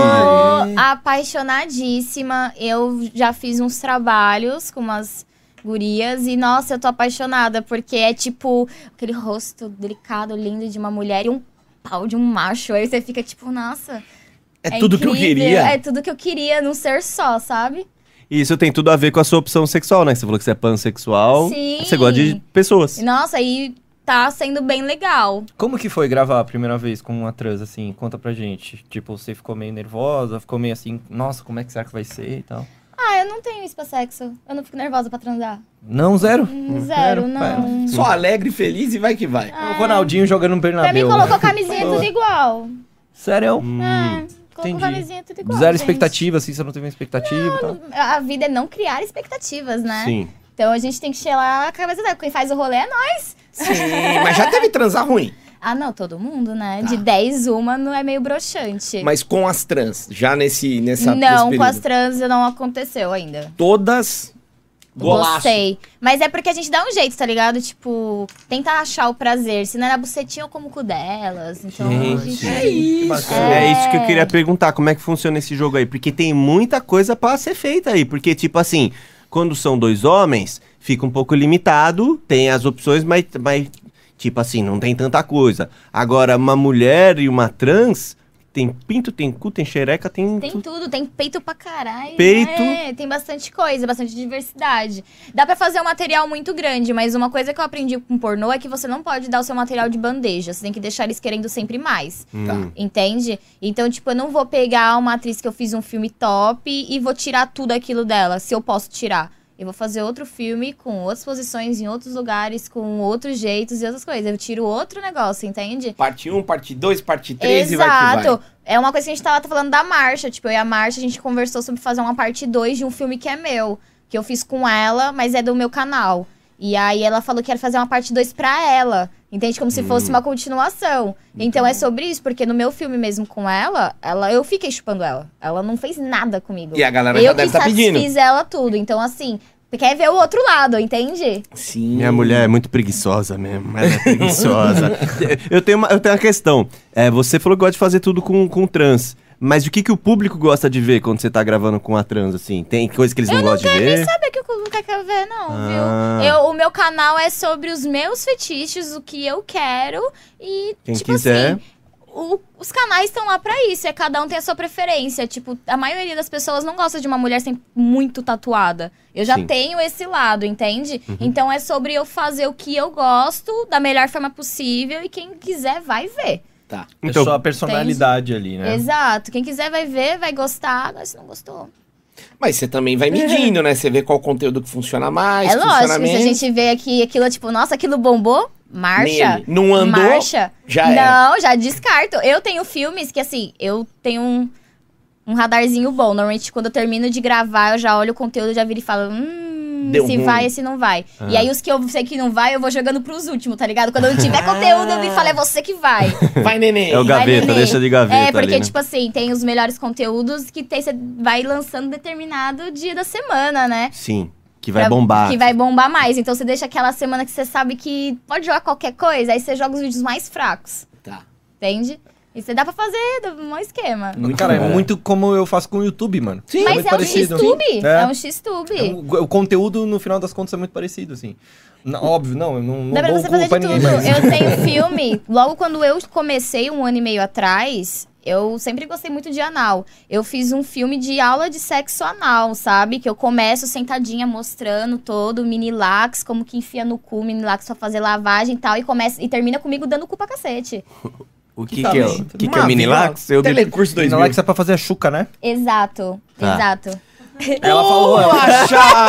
apaixonadíssima. Eu já fiz uns trabalhos com umas gurias e, nossa, eu tô apaixonada, porque é tipo aquele rosto delicado, lindo de uma mulher e um pau de um macho. Aí você fica tipo, nossa. É, tudo que eu incrível. queria. É tudo que eu queria num ser só, sabe? E isso tem tudo a ver com a sua opção sexual, né? Você falou que você é pansexual. Sim. Você gosta de pessoas. E, nossa, aí tá sendo bem legal. Como que foi gravar a primeira vez com uma trans, assim? Conta pra gente. Tipo, você ficou meio nervosa, ficou meio assim, nossa, como é que será que vai ser e tal? Ah, eu não tenho isso pra sexo. Eu não fico nervosa pra transar. Não, zero? Hum, Zero, não. Só alegre, feliz e vai que vai. O Ronaldinho jogando no Pra mim, Bernabéu. colocou camisinha tudo igual. Sério? Hum. É, colocou entendi. camisinha tudo igual. Zero gente. expectativa, assim, você não teve uma expectativa e tal? A vida é não criar expectativas, né? Sim. Então a gente tem que chegar a cabeça dela. Quem faz o rolê é nós. Sim, mas já teve transar ruim. Ah, não, todo mundo, né? Tá. De dez, uma não é meio broxante. Mas com as trans, já nesse, nessa, nesse não, com período. as trans não aconteceu ainda. Todas golaço. Gostei. Mas é porque a gente dá um jeito, tá ligado? Tipo, tenta achar o prazer. Se não é na bucetinha ou como o cu delas. Então a Gente, gente... É isso. É isso que eu queria perguntar, como é que funciona esse jogo aí? Porque tem muita coisa pra ser feita aí. Porque, tipo assim, quando são dois homens, fica um pouco limitado, tem as opções, mas, mas tipo assim, não tem tanta coisa. Agora, uma mulher e uma trans, tem pinto, tem cu, tem xereca, tem... Tem tu- tudo, tem peito pra caralho. Peito. É, tem bastante coisa, bastante diversidade. Dá pra fazer um material muito grande, mas uma coisa que eu aprendi com pornô é que você não pode dar o seu material de bandeja. Você tem que deixar eles querendo sempre mais. Hum. Entende? Então, tipo, eu não vou pegar uma atriz que eu fiz um filme top e vou tirar tudo aquilo dela, se eu posso tirar. Eu vou fazer outro filme com outras posições, em outros lugares, com outros jeitos e outras coisas. Eu tiro outro negócio, entende? Parte um, parte dois, parte três e vai que vai. Exato. É uma coisa que a gente tava falando da Marcha. Tipo, eu e a Marcha, a gente conversou sobre fazer uma parte dois de um filme que é meu. Que eu fiz com ela, mas é do meu canal. E aí ela falou que ia fazer uma parte dois pra ela. Entende? Como se fosse uma continuação. Então é sobre isso, porque no meu filme mesmo com ela, ela eu fiquei chupando ela. Ela não fez nada comigo. E a galera já eu deve que estar pedindo. satisfiz ela tudo. Então, assim, quer ver o outro lado, entende? Sim. Minha mulher é muito preguiçosa mesmo. Ela é preguiçosa. eu, tenho uma, eu tenho uma questão. É, você falou que gosta de fazer tudo com, com trans. Mas o que, que o público gosta de ver quando você tá gravando com a trans, assim? Tem coisa que eles não, Eu não gostam de quero ver? nem saber o que o público quer ver, não, Ah. viu? Eu, o meu canal é sobre os meus fetiches, o que eu quero. E, Quem tipo quiser. assim, o- os canais estão lá pra isso. É cada um tem a sua preferência. Tipo, a maioria das pessoas não gosta de uma mulher sem muito tatuada. Eu já Sim. tenho esse lado, entende? Então é sobre eu fazer o que eu gosto da melhor forma possível. E quem quiser vai ver. Tá. Então, é só a personalidade ali, né? Exato. Quem quiser vai ver, vai gostar. Agora, se não gostou. Mas você também vai medindo, né? Você vê qual conteúdo que funciona mais, É funciona lógico, se a menos. gente vê aqui aquilo, tipo, nossa, aquilo bombou, marcha. Nele. Não andou, marcha. já era. Não, já descarto. Eu tenho filmes que, assim, eu tenho um, um radarzinho bom. Normalmente, quando eu termino de gravar, eu já olho o conteúdo, já viro e falo, hum, Deu se ruim. vai, esse não vai. Ah. E aí, os que eu sei que não vai, eu vou jogando pros últimos, tá ligado? Quando eu não tiver conteúdo, eu viro e falo, é você que vai. Vai, neném. É o Vai, gaveta, neném. deixa de gaveta É, porque, ali, né? tipo assim, tem os melhores conteúdos que tem, você vai lançando determinado dia da semana, né? Sim, que vai Pra- bombar. Que vai bombar mais. Então você deixa aquela semana que você sabe que pode jogar qualquer coisa, aí você joga os vídeos mais fracos, Tá. entende? E você dá pra fazer um esquema. Muito Cara, bom. é muito como eu faço com o YouTube, mano. Sim, Mas muito é um parecido. X-Tube. É. É um X-Tube. É um- o conteúdo, no final das contas, é muito parecido, assim. Não, óbvio, não, eu não, não Dá pra dou você o cu fazer pra de ninguém, tudo. mas... Eu tenho filme, logo quando eu comecei um ano e meio atrás, eu sempre gostei muito de anal. Eu fiz um filme de aula de sexo anal, sabe? Que eu começo sentadinha mostrando todo o mini-lax, como que enfia no cu, mini-lax pra fazer lavagem e tal, e, começa, e termina comigo dando cu pra cacete. O que, Tá que, é, bem. o que, que é o Minilax? Eu Eu Telecurso dois Na mil. Alex é pra fazer a chuca, né? Exato, Tá. exato. Ela falou... ela- Boa,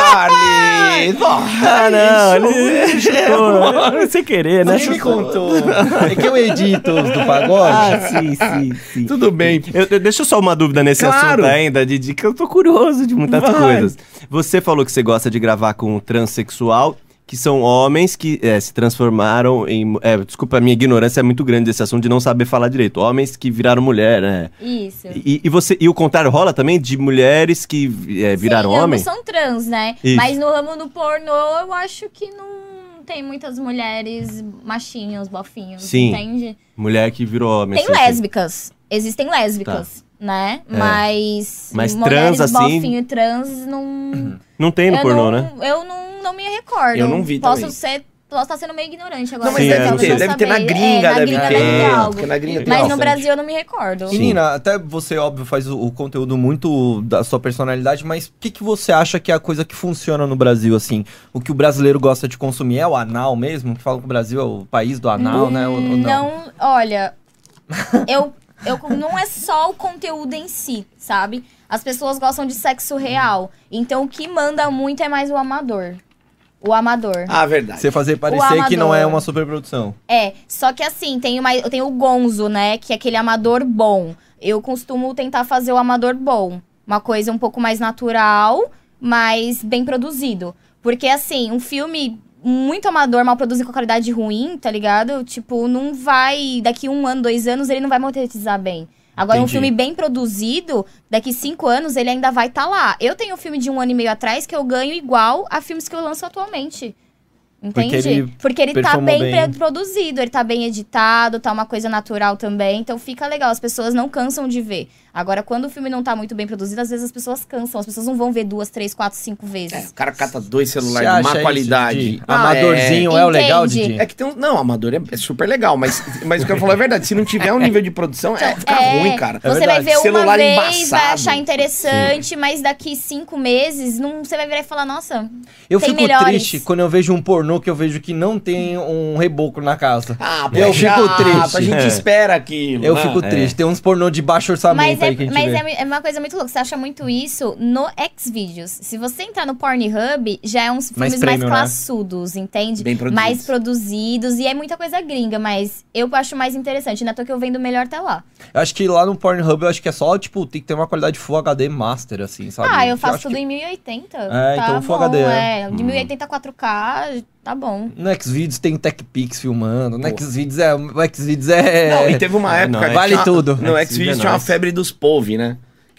Charlie! Ah, não, ele chutou, sem querer, né? Você me contou. É que eu edito os do pagode. Ah, sim, sim, sim. Tudo bem. Eu, eu- deixa eu só uma dúvida nesse Claro. assunto ainda, Didi, que eu tô curioso de muitas Vai. coisas. Você falou que você gosta de gravar com transexual, que são homens que é, se transformaram em... É, desculpa, a minha ignorância é muito grande desse assunto de não saber falar direito. Homens que viraram mulher, né? Isso. E, e você, e o contrário rola também de mulheres que é, viraram Sim, homem? ambos são trans, né? Isso. Mas no ramo do pornô, eu acho que não tem muitas mulheres machinhos, bofinhos, Sim. entende? Mulher que virou homem. Tem assim, assim. lésbicas. Existem lésbicas, né? É. Mas... Mas mulheres trans, assim- bofinho e trans, não... Não tem no eu pornô, não, né? Eu não, não me recordo. Eu não vi Posso também. ser... Posso estar sendo meio ignorante agora. Não, mas Sim, deve é, ter. não Deve ter na saber. gringa, É, na deve gringa ter. deve ter algo. Porque na gringa tem Mas no bastante. Brasil eu não me recordo. E Nina, até você, óbvio, faz o, o conteúdo muito da sua personalidade, mas o que, que você acha que é a coisa que funciona no Brasil, assim? O que o brasileiro gosta de consumir é o anal mesmo? Que falam que o Brasil é o país do anal, né? Ou, ou não? Não, olha, eu, eu não é só o conteúdo em si, sabe? As pessoas gostam de sexo real. Então o que manda muito é mais o amador. O amador. Ah, verdade. Você fazer parecer que não é amador. uma superprodução. É, só que assim, tem, uma, eu tenho o gonzo, né? Que é aquele amador bom. Eu costumo tentar fazer o amador bom. Uma coisa um pouco mais natural, mas bem produzido. Porque assim, um filme muito amador, mal produzido com qualidade ruim, tá ligado? Tipo, não vai... Daqui um ano, dois anos, ele não vai monetizar bem. Agora, um Entendi. filme bem produzido, daqui cinco anos, ele ainda vai estar lá. Eu tenho um filme de um ano e meio atrás que eu ganho igual a filmes que eu lanço atualmente. Entende? Porque ele Porque ele tá performou bem, bem. pre- produzido, ele tá bem editado, tá uma coisa natural também. Então fica legal, as pessoas não cansam de ver. Agora, quando o filme não tá muito bem produzido, às vezes as pessoas cansam. As pessoas não vão ver duas, três, quatro, cinco É, vezes. o cara cata dois Você celulares acha de má isso, qualidade. Didi? Ah, Amadorzinho é, o legal, Entende? Didi? É que tem um... Não, amador é, é super legal, mas, mas o que eu falo é verdade. Se não tiver um nível de produção, é, fica É, ruim, cara. É você verdade. vai ver uma Celular vez, embaçado. vai achar interessante, mas daqui cinco meses, não, você vai virar e falar, nossa, Eu tem fico melhores. triste quando eu vejo um pornô que eu vejo que não tem um reboco na casa. Ah, pô, Eu é fico chato, triste. A gente É. espera aquilo. Eu né? fico É. triste. Tem uns pornô de baixo orçamento Mas, é, aí que a gente mas vê. é, é uma coisa muito louca. Você acha muito isso no Xvideos. Se você entrar no Pornhub, já é uns Mais filmes premium, né? mais classudos, entende? Bem produzidos. Mais produzidos. E é muita coisa gringa, mas eu acho mais interessante. Ainda tô que eu vendo melhor até lá. Eu acho que lá no Pornhub eu acho que é só, tipo, tem que ter uma qualidade Full H D Master, assim, sabe? Ah, eu acho faço tudo que em mil e oitenta. É, tá então bom, Full H D, é. é. De mil e oitenta a quatro K, tá bom. No Xvideos tem TechPix filmando. No Pô. Xvideos é... O Xvideos é... Não, e teve uma É, época... não, que vale tinha uma- tudo. No Xvideos Xvideos é tinha uma nóis. febre dos P O V, né?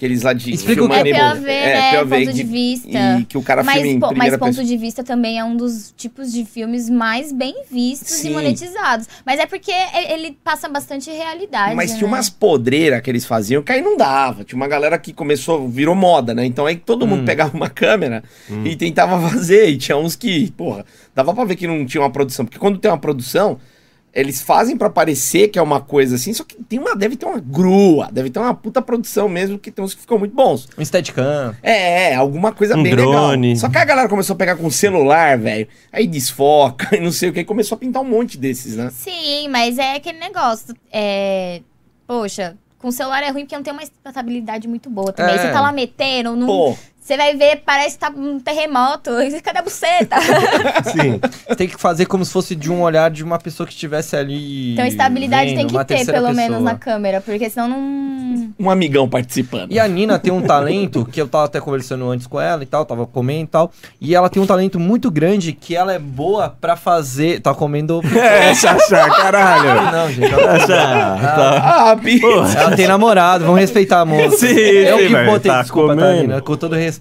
Aqueles lá de Explica filme o que É é P O V, anime. né? P O V Ponto de vista. E que o cara Mas, filma em po- mas primeira ponto pessoa. de vista também é um dos tipos de filmes mais bem vistos Sim. e monetizados. Mas é porque e- ele passa bastante realidade, Mas né? tinha umas podreiras que eles faziam que aí não dava. Tinha uma galera que começou, virou moda, né? Então aí todo mundo pegava uma câmera e tentava fazer. E tinha uns que, porra, dava pra ver que não tinha uma produção. Porque quando tem uma produção, eles fazem pra parecer que é uma coisa assim, só que tem uma, deve ter uma grua, deve ter uma puta produção mesmo, que tem uns que ficam muito bons. Um Steadicam. É, é, alguma coisa Um bem drone. legal. Só que a galera começou a pegar com celular, velho, aí desfoca e não sei o que, aí começou a pintar um monte desses, né? Sim, mas é aquele negócio. É... Poxa, com o celular é ruim porque não tem uma estabilidade muito boa também. É. Você tá lá metendo, não... Pô, Você vai ver, parece que tá um terremoto. Cadê a buceta? Sim. Tem que fazer como se fosse de um olhar de uma pessoa que estivesse ali. Então, estabilidade vendo, tem que uma ter, terceira pelo menos, pessoa. na câmera. Porque senão não... um amigão participando. E a Nina tem um talento, que eu tava até conversando antes com ela e tal, tava comendo e tal. E ela tem um talento muito grande que ela é boa pra fazer. Tá comendo. É, Xaxá, caralho. Não, gente. Ela, Xaxá, tá. Ah, bicho. ela tem namorado, vamos respeitar a moça. Sim, eu sim, que velho, botei, tá desculpa, tá, comendo. Nina, com todo respeito.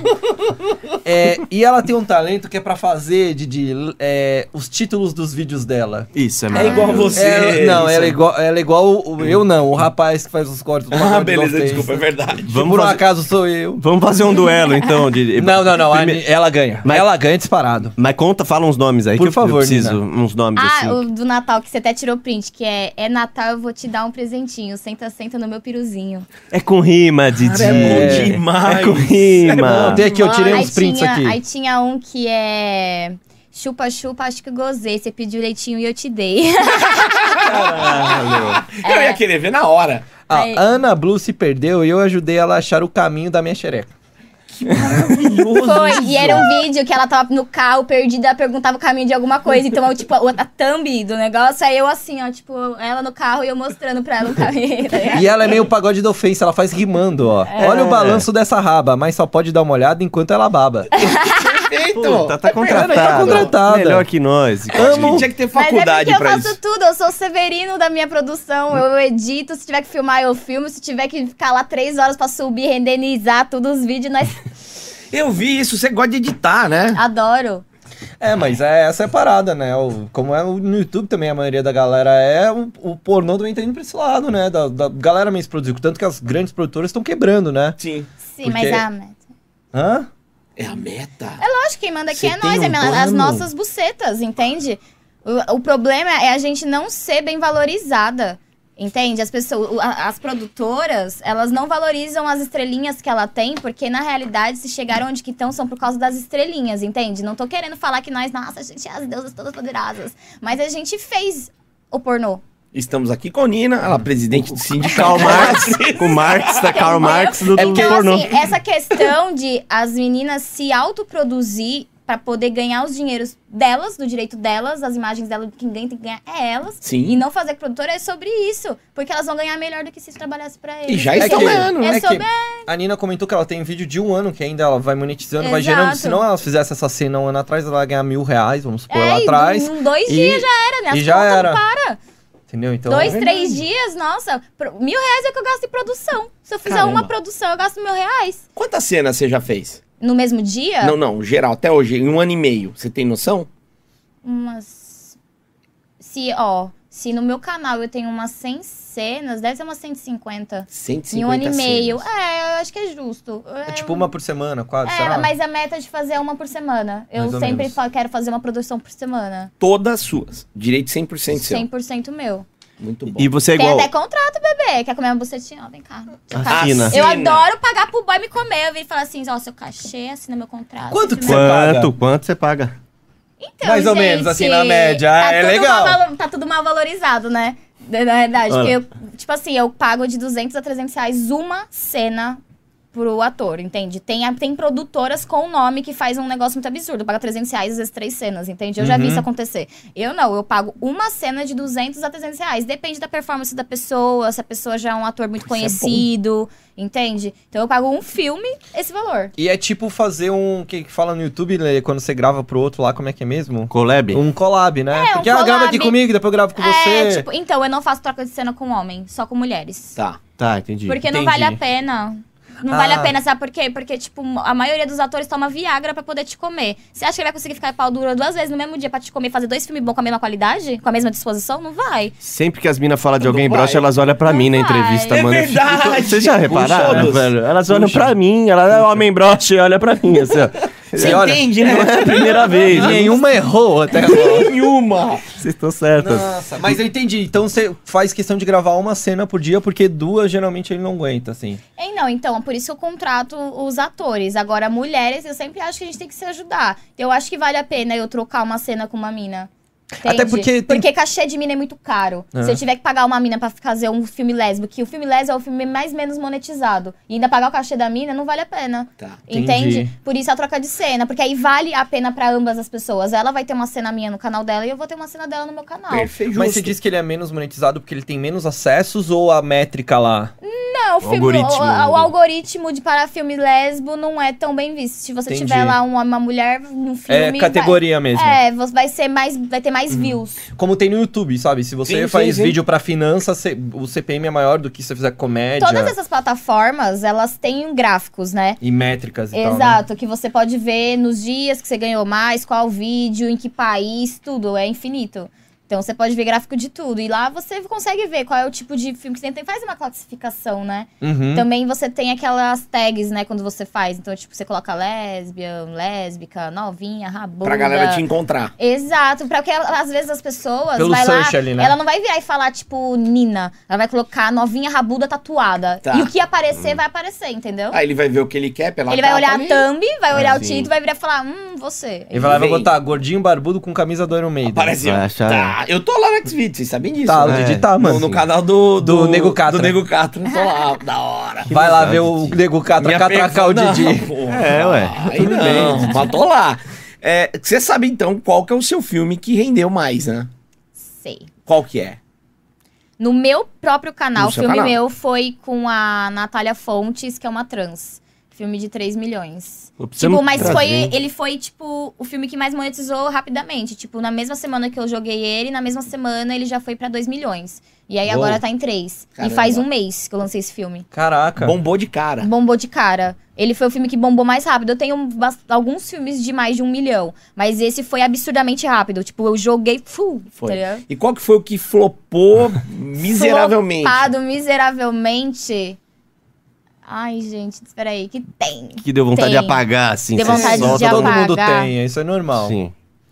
É, e ela tem um talento que é pra fazer de, de, é, os títulos dos vídeos dela. Isso, é É maravilhoso. igual você. É, não, isso ela é igual, ela é igual o, eu não, o rapaz que faz os cortes do Ah, Pacote beleza, do Face. desculpa, é verdade. Vamos Por um fazer- acaso sou eu. Vamos fazer um duelo, então. De... Não, não, não, a Prime- Ni- ela ganha. Mas- Ela ganha disparado. Mas conta, fala uns nomes aí Por que eu- favor, eu preciso. Nina. Uns nomes Ah, assim. o do Natal, que você até tirou print, que é É Natal, eu vou te dar um presentinho. Senta, senta no meu piruzinho. É com rima, Didi. Cara, é bom É. demais. É com rima. Não, tem aqui, eu tirei Aí uns prints tinha, aqui. aí tinha um que é... Chupa, chupa, acho que gozei. Você pediu leitinho e eu te dei. Caralho. Eu ia querer ver na hora. A Aí- Ana Blue se perdeu e eu ajudei ela a achar o caminho da minha xereca. Maravilhoso. Foi, e era um vídeo que ela tava no carro perdida, ela perguntava o caminho de alguma coisa. Então, eu, tipo, a, a thumb do negócio, aí eu assim, ó, tipo, ela no carro e eu mostrando pra ela o caminho. Tá ligado? E ela é meio pagode da ofensa, ela faz rimando, ó. Olha o balanço dessa raba, mas só pode dar uma olhada enquanto ela baba. Perfeito. Puta, tá contratada. tá contratada. Melhor que nós. Amo. Tinha que ter Mas é faculdade porque eu pra faço isso. tudo, eu sou o Severino da minha produção, eu edito, se tiver que filmar eu filmo, se tiver que ficar lá três horas pra subir, renderizar todos os vídeos, nós Eu vi isso, você gosta de editar, né? adoro. É, mas é, essa é a parada, né? O, como é o- no YouTube também, a maioria da galera é, o, o pornô também tá indo pra esse lado, né? Da, da galera mesmo produzir. Tanto que as grandes produtoras estão quebrando, né? Sim. Sim, Porque- mas a meta. Hã? É a meta. É lógico, quem manda aqui Você é tem nós, um é minha- as plano? nossas bucetas, entende? O, o problema é a gente não ser bem valorizada, entende? As pessoas, o- a- as produtoras, elas não valorizam as estrelinhas que ela tem, porque na realidade, se chegaram onde que estão, são por causa das estrelinhas, entende? Não tô querendo falar que nós, nossa, a gente é as deusas todas poderosas, mas a gente fez o pornô. Estamos aqui com a Nina, ela é presidente do sindicato. Karl Marx. Com Marx, da Karl Marx do, do Então, pornô. assim, essa questão de as meninas se autoproduzir pra poder ganhar os dinheiros delas, do direito delas, as imagens delas, quem ganha tem que ganhar é elas. Sim. E não fazer produtora é sobre isso. Porque elas vão ganhar melhor do que se trabalhasse pra eles. E já É estão que- ganhando, É né? sobre... A Nina comentou que ela tem vídeo de um ano que ainda ela vai monetizando, vai gerando. Exato. Se não ela fizesse essa cena um ano atrás, ela ia ganhar mil reais, vamos supor, lá É, atrás. em dois E- dias já era, né? As e já contas era. não para. Entendeu? Então, Dois, é três verdade. dias, nossa. pro- Mil reais é o que eu gasto em produção. Se eu fizer Caramba. uma produção, eu gasto mil reais. Quantas cenas você já fez? No mesmo dia, Não, não, geral, até hoje, em um ano e meio. Você tem noção? umas... Se, ó... Se no meu canal eu tenho umas cem cenas, deve ser umas cento e cinquenta. cento e cinquenta Em um ano e meio. cenas. É, eu acho que é justo. É tipo uma por semana, quase, É, será? mas a meta é de fazer uma por semana. Eu Mais ou sempre menos. fa- quero fazer uma produção por semana. Todas suas. Direito cem por cento seu. cem por cento meu. Muito bom. E você é Tem igual. até contrato, bebê. Quer comer uma bucetinha? Ó, vem cá. Seu cachê. Assina. Eu Assina. adoro pagar pro boy me comer. Eu vim falar assim, ó, seu cachê, assina meu contrato. Quanto que Assina você meu- paga? Quanto? Quanto você paga? Então, Mais ou gente, menos, assim, na média. Tá É tudo legal. mal valo- tá tudo mal valorizado, né? Na na verdade. Olha. Porque, eu, tipo assim, eu pago de duzentos a trezentos reais uma cena pro ator, entende? Tem, a- tem produtoras com nome que faz um negócio muito absurdo. Paga trezentos reais, às vezes três cenas, entende? Eu já vi Uhum. isso acontecer. Eu não, eu pago uma cena de duzentos a trezentos reais. Depende da performance da pessoa, se a pessoa já é um ator muito Isso é bom. conhecido, entende? Então eu pago um filme, esse valor. E é tipo fazer um. Que que fala no YouTube, né, quando você grava pro outro lá, como é que é mesmo? Collab? Um collab, né? É, um Porque ela grava aqui collab. comigo, depois eu gravo com É, você. tipo, então eu não faço troca de cena com homem, só com mulheres. Tá. Tá, entendi. Porque não Entendi. vale a pena. Não Ah. vale a pena, sabe por quê? Porque, tipo, a maioria dos atores toma Viagra pra poder te comer. Você acha que ele vai conseguir ficar pau dura duas vezes no mesmo dia pra te comer e fazer dois filmes bons com a mesma qualidade? Com a mesma disposição? Não vai. Sempre que as minas falam de Não alguém vai. broxa, elas olham pra Não mim na vai. entrevista, É mano. Eu fico- verdade. Vocês já repararam, Puxa, velho? Elas olham puxa. pra mim, ela é homem broxa e olha pra mim, assim, ó. Você olha, entende, né? Não é a primeira vez. né? Nenhuma errou até agora. Nenhuma. Vocês estão certas. Nossa, mas eu entendi. Então você faz questão de gravar uma cena por dia, porque duas geralmente ele não aguenta, assim. É, não, então, por isso eu contrato os atores. Agora, mulheres, eu sempre acho que a gente tem que se ajudar. Eu acho que vale a pena eu trocar uma cena com uma mina. Entende? Até porque tem- Porque cachê de mina é muito caro. É. Se eu tiver que pagar uma mina pra fazer um filme lésbico, que o filme lésbico é o filme mais menos monetizado, e ainda pagar o cachê da mina, não vale a pena. Tá. Entende? Entendi. Por isso a troca de cena, porque aí vale a pena pra ambas as pessoas. Ela vai ter uma cena minha no canal dela e eu vou ter uma cena dela no meu canal. Perfeito. Mas você disse que ele é menos monetizado porque ele tem menos acessos ou a métrica lá? Não, o, filme, algoritmo. o, o- o algoritmo de para filme lesbo não é tão bem visto. Se você Entendi. tiver lá uma, uma mulher no filme. É categoria mesmo. Vai, é, você vai ser mais. Vai ter mais views. Como tem no YouTube, sabe? Se você Sim, faz sim, sim. vídeo pra finanças, cê- o C P M é maior do que se você fizer comédia Todas essas plataformas, elas têm gráficos, né? e métricas e tal, né? Exato, que você pode ver nos dias que você ganhou mais, qual vídeo, em que país, tudo, é infinito. Então você pode ver gráfico de tudo. E lá você consegue ver qual é o tipo de filme que você tem. Faz uma classificação, né? Uhum. Também você tem aquelas tags, né, quando você faz. Então, tipo, você coloca lésbia, lésbica, novinha, rabuda. Pra galera te encontrar. Exato, porque às vezes as pessoas Pelo vai lá, search ali, né? ela não vai virar e falar, tipo, Nina. Ela vai colocar novinha rabuda tatuada. Tá. E o que aparecer, vai aparecer, entendeu? Aí ele vai ver o que ele quer pela Ele vai capa olhar ali. a thumb, vai olhar o sim. título, vai virar e falar, hum, você. Ele vai lá e vai Vem. botar gordinho barbudo com camisa do Iron Maiden. Aparece, Vai ó. achar- Tá, eu tô lá no Xvideos, vocês sabem disso, Tá, né? o É. Didi tá, mano. No, no canal do... Do Nego Catra. Do Nego Catra, eu tô lá, da hora. Vai lá ver o Nego Catra Minha catracar o perfa- Didi. Não, porra. É, ué. Aí não, mas tô lá. É, você sabe, então, qual que é o seu filme que rendeu mais, né? Sei. Qual que é? No meu próprio canal, No o seu filme canal. meu foi com a Natália Fontes, que é uma trans. Filme de três milhões. Pô, precisamos Tipo, mas trazer, foi, hein? ele foi, tipo, o filme que mais monetizou rapidamente. Tipo, na mesma semana que eu joguei ele, na mesma semana ele já foi pra dois milhões. E aí Uou. agora tá em três. Caramba. E faz um mês que eu lancei esse filme. Caraca. Bombou de cara. Bombou de cara. Ele foi o filme que bombou mais rápido. Eu tenho bas- alguns filmes de mais de um milhão. Mas esse foi absurdamente rápido. Tipo, eu joguei, fu, Foi. tá ligado? E qual que foi o que flopou miseravelmente? Flopado miseravelmente. Ai, gente, espera aí, que tem. Que deu vontade Tem. de apagar, assim. Deu você vontade solta- de Todo mundo apagar. tem, isso é normal. Sim.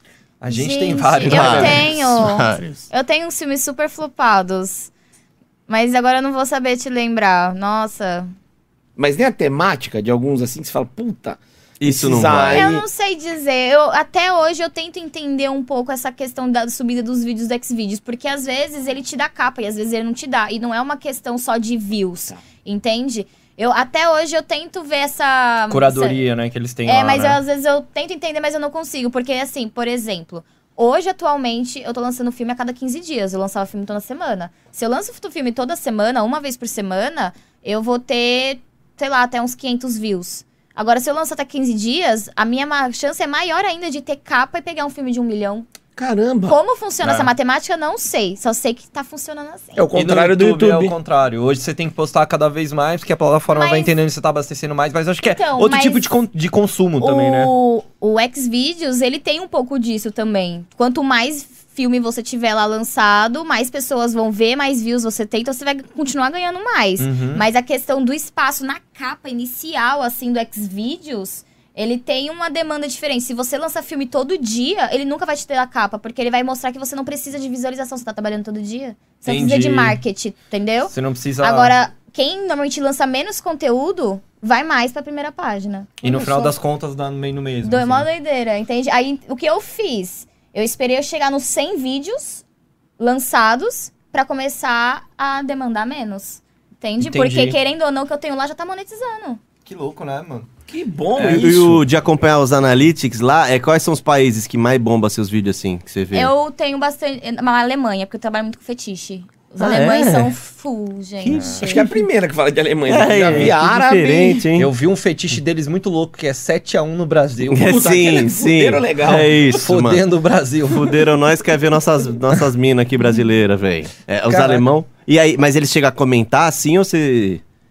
A gente, Gente, tem vários. eu né? tenho. Vários. Eu tenho uns filmes super flopados. Mas agora eu não vou saber te lembrar. Nossa. Mas nem a temática de alguns assim que você fala, puta. Isso não esses vai. aí- Eu não sei dizer. Eu, até hoje eu tento entender um pouco essa questão da subida dos vídeos do Xvideos. Porque às vezes ele te dá capa e às vezes ele não te dá. E não é uma questão só de views. Tá. Entende? Eu, até hoje eu tento ver essa... Curadoria, né, que eles têm É, lá, mas né? eu, às vezes eu tento entender, mas eu não consigo. Porque, assim, por exemplo, hoje, atualmente, eu tô lançando filme a cada quinze dias. Eu lançava filme toda semana. Se eu lanço o filme toda semana, uma vez por semana, eu vou ter, sei lá, até uns quinhentos views. Agora, se eu lanço até quinze dias, a minha ma- chance é maior ainda de ter capa e pegar um filme de um milhão. Caramba. Como funciona É. essa matemática, não sei. Só sei que tá funcionando assim. É o E no contrário do YouTube. É o contrário. Hoje você tem que postar cada vez mais, porque a plataforma Mas- vai entendendo que você tá abastecendo mais, mas eu acho que Então, é outro mas tipo de, con- de consumo também, né? O, o Xvideos, ele tem um pouco disso também. Quanto mais filme você tiver lá lançado, mais pessoas vão ver, mais views você tem, então você vai continuar ganhando mais. Uhum. Mas a questão do espaço na capa inicial, assim, do Xvideos, ele tem uma demanda diferente. Se você lança filme todo dia, ele nunca vai te ter a capa, porque ele vai mostrar que você não precisa de visualização, você tá trabalhando todo dia. Você não precisa de Entendi. marketing, entendeu? Você não precisa... Agora, quem normalmente lança menos conteúdo, vai mais pra primeira página. E no Olha final só. das contas dá no meio no mesmo. Do, é assim. mó doideira, entende? Aí, o que eu fiz? Eu esperei eu chegar nos cem vídeos lançados pra começar a demandar menos. Entende? Entendi. Porque, querendo ou não, o que eu tenho lá já tá monetizando. Que louco, né, mano? Que bom É, e isso. o de acompanhar os analytics lá, é, quais são os países que mais bombam seus vídeos assim, que você vê? Eu tenho bastante... Na Alemanha, porque eu trabalho muito com fetiche. Os Ah, alemães é? são full, gente. Acho que é a primeira que fala de Alemanha. É, já vi é, árabe. diferente, hein? Eu vi um fetiche deles muito louco, que é sete a um no Brasil. É, Puta, aquele sim, sim. fudeiro legal. É isso, mano. Fodendo o Brasil. Fuderam nós, quer ver nossas, nossas minas aqui brasileiras, velho. É, os Caraca. alemão. E aí, mas eles chegam a comentar assim ou você...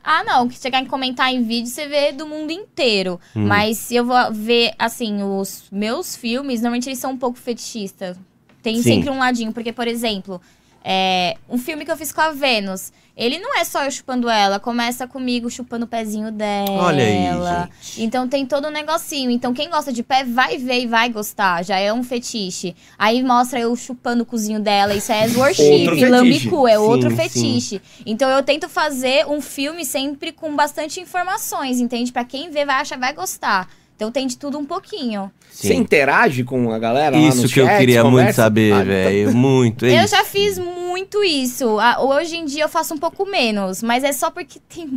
Ah, não, que chegar em comentar em vídeo, você vê do mundo inteiro. Hum. Mas se eu vou ver, assim, os meus filmes, normalmente eles são um pouco fetichistas. Tem Sim. sempre um ladinho, porque, por exemplo, é, um filme que eu fiz com a Vênus, ele não é só eu chupando ela, começa comigo chupando o pezinho dela. Olha aí, gente. Então tem todo um negocinho. Então quem gosta de pé vai ver e vai gostar, já é um fetiche. Aí mostra eu chupando o cozinho dela, isso é worship, lambicu, é sim, outro fetiche. Sim. Então eu tento fazer um filme sempre com bastante informações, entende? Pra quem vê vai achar, vai gostar. Então tem de tudo um pouquinho. Sim. Você interage com a galera Isso lá no que chat, eu queria conversa? muito saber, velho. Muito. É eu isso. já fiz muito isso. Hoje em dia eu faço um pouco menos, mas é só porque tem...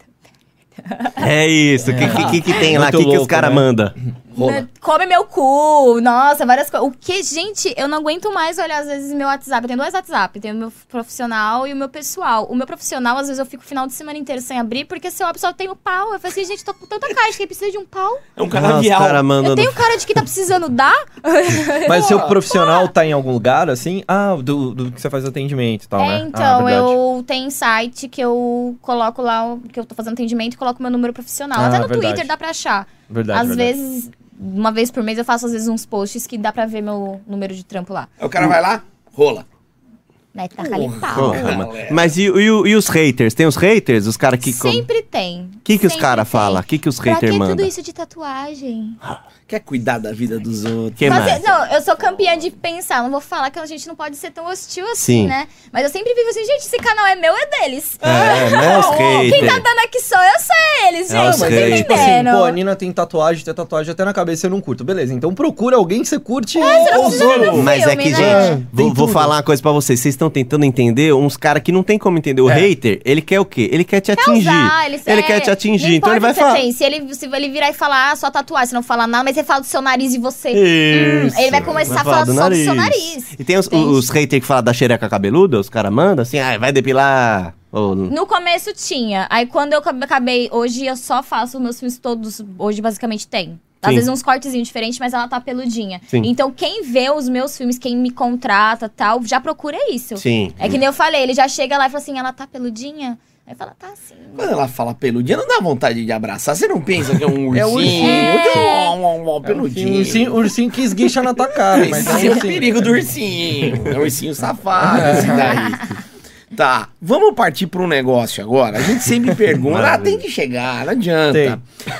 É isso. O que, que, que, que tem lá? O que, que os caras né? mandam? Rola. Come meu cu, nossa, várias coisas. O que, gente, eu não aguento mais olhar, às vezes, meu WhatsApp. Eu tenho dois WhatsApp, tenho o meu profissional e o meu pessoal. O meu profissional, às vezes, eu fico o final de semana inteiro sem abrir, porque se eu abro só tenho pau. Eu falei assim, gente, tô com tanta caixa que precisa de um pau. É um canavial. Cara eu tenho cara de que tá precisando dar. Mas seu profissional tá em algum lugar, assim? Ah, do, do que você faz atendimento e tal, é, né? Então, ah, eu tenho site que eu coloco lá, que eu tô fazendo atendimento e coloco meu número profissional. Ah, Até no verdade. Twitter dá pra achar. Verdade, Às verdade. vezes... Uma vez por mês eu faço, às vezes, uns posts que dá pra ver meu número de trampo lá. Aí o cara vai lá, rola. Né, tá ali pau. Porra, mano. Mas e, e, e os haters? Tem os haters? Os caras que... Sempre tem. O que, que os Sempre caras tem. falam? O que, que os Pra haters que mandam? tudo isso de tatuagem? Quer cuidar da vida dos outros. Que Fazer- mais? não, eu sou campeã de pensar. Não vou falar que a gente não pode ser tão hostil assim, Sim. né? Mas eu sempre vivo assim, gente, esse canal é meu, é deles. É, não é os Quem tá haters. dando aqui sou eu, sou eles, É gente. os Tá haters. Tipo assim, entendendo? pô, a Nina tem tatuagem, tem tatuagem até na cabeça e eu não curto. Beleza, então procura alguém que você curte. você não precisa ver meu Mas é filme, que, né? gente, vou, Tem vou tudo. falar uma coisa pra vocês. Vocês estão tentando entender uns caras que não tem como entender. O É. hater, ele quer o quê? Ele quer te atingir. Usar, ele, ele é, quer te atingir. não Então ele vai importa o que falar. você tem. Se ele, se ele virar e falar, ah, sua tatuagem, você não fala nada, mas você fala do seu nariz e você... Isso. Ele vai começar a falar só do seu nariz. E tem os, Entende? os haters que falam da xereca cabeluda, os caras mandam assim, ah, vai depilar. Ou... No começo tinha. Aí quando eu acabei, hoje eu só faço meus filmes todos, hoje basicamente tem. Às Sim. vezes uns cortezinhos diferentes, mas ela tá peludinha. Sim. Então quem vê os meus filmes, quem me contrata tal, já procura isso. Sim. É que nem eu falei, ele já chega lá e fala assim, ela tá peludinha? Aí fala, tá sim. Quando ela fala peludinha, não dá vontade de abraçar. Você não pensa que é um ursinho? É ursinho. É um, um, um, peludinho. Ursinho, ursinho que esguicha na tua cara. Mas Esse é o ursinho. perigo do ursinho. É um ursinho safado esse daí. Tá, vamos partir para um negócio agora. A gente sempre pergunta, ah, tem que chegar, não adianta.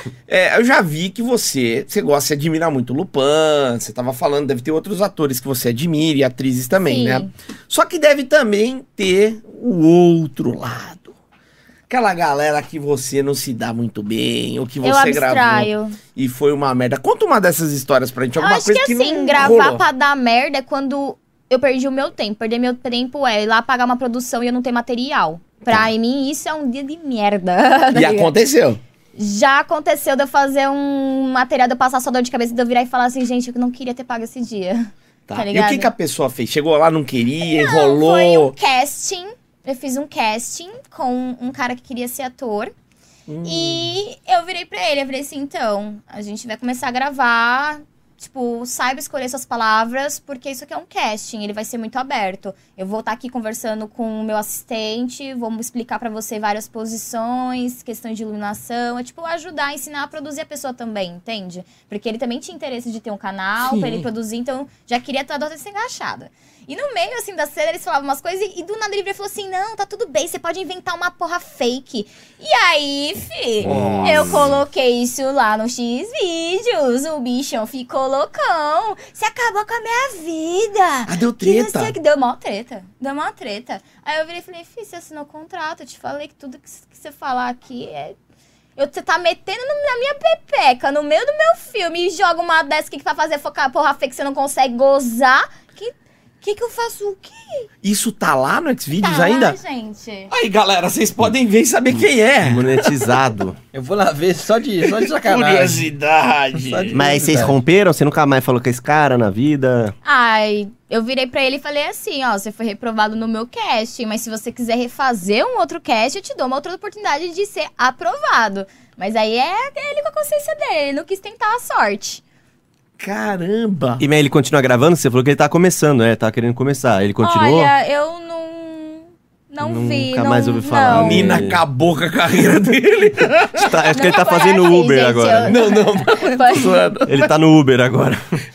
É, eu já vi que você, você gosta, você admira muito o Lupin, você tava falando, deve ter outros atores que você admira e atrizes também, Sim. né? Só que deve também ter o outro lado. Aquela galera que você não se dá muito bem, ou que Eu você gravou abstraio. e foi uma merda. Conta uma dessas histórias pra gente, Eu alguma acho coisa que que, assim, não gravar rolou. pra dar merda é quando eu perdi o meu tempo. Perder meu tempo é ir lá pagar uma produção e eu não ter material. Pra mim, isso é um dia de merda. E aconteceu. Já aconteceu de eu fazer um material, de eu passar só dor de cabeça, de eu virar e falar assim, gente, eu não queria ter pago esse dia. Tá. Tá E o ligado? que, que a pessoa fez? Chegou lá, não queria, Não, enrolou. foi um casting. Eu fiz um casting com um cara que queria ser ator. Hum. E eu virei pra ele, eu falei assim, então, a gente vai começar a gravar, tipo, saiba escolher suas palavras, porque isso aqui é um casting, ele vai ser muito aberto. Eu vou estar aqui conversando com o meu assistente, vamos explicar pra você várias posições, questão de iluminação, é tipo, ajudar, ensinar a produzir a pessoa também, entende? Porque ele também tinha interesse de ter um canal, Sim. pra ele produzir, então já queria estar toda engaixada. E no meio, assim, da cena, eles falavam umas coisas e, e do nada ele virou e falou assim, não, tá tudo bem, você pode inventar uma porra fake. E aí, fi, Nossa. eu coloquei isso lá no X-Vídeos, o bichão ficou loucão. Você acabou com a minha vida. Ah, deu Que não treta. sei o que, deu mó treta, deu mó treta. Aí eu virei e falei, fi, você assinou contrato, eu te falei que tudo que, que você falar aqui é... Eu, você tá metendo no- na minha pepeca, no meio do meu filme, e joga uma dessa aqui que vai fazer focar porra feia que você não consegue gozar. Que que, que eu faço o quê? Isso tá lá no Xvideos Tá, ainda? gente. Aí, galera, vocês podem ver e saber quem é. Monetizado. Eu vou lá ver só de, só de sacanagem. Curiosidade. Só de- Mas vocês romperam? Você nunca mais falou com esse cara na vida? Ai, eu virei pra ele e falei assim, ó, você foi reprovado no meu casting, mas se você quiser refazer um outro casting, eu te dou uma outra oportunidade de ser aprovado. Mas aí é ele com a consciência dele, ele não quis tentar a sorte. Caramba. E mas ele continua gravando? Você falou que ele tá começando, né? Tá querendo começar. Ele continuou? Olha, eu não... Não Nunca vi, não, mais ouvi falar. não. Nina acabou com a carreira dele. Tá, acho que ele tá Foi fazendo assim, Uber gente, agora. eu- né? Não, não, não. Zoando. Ele tá no Uber agora.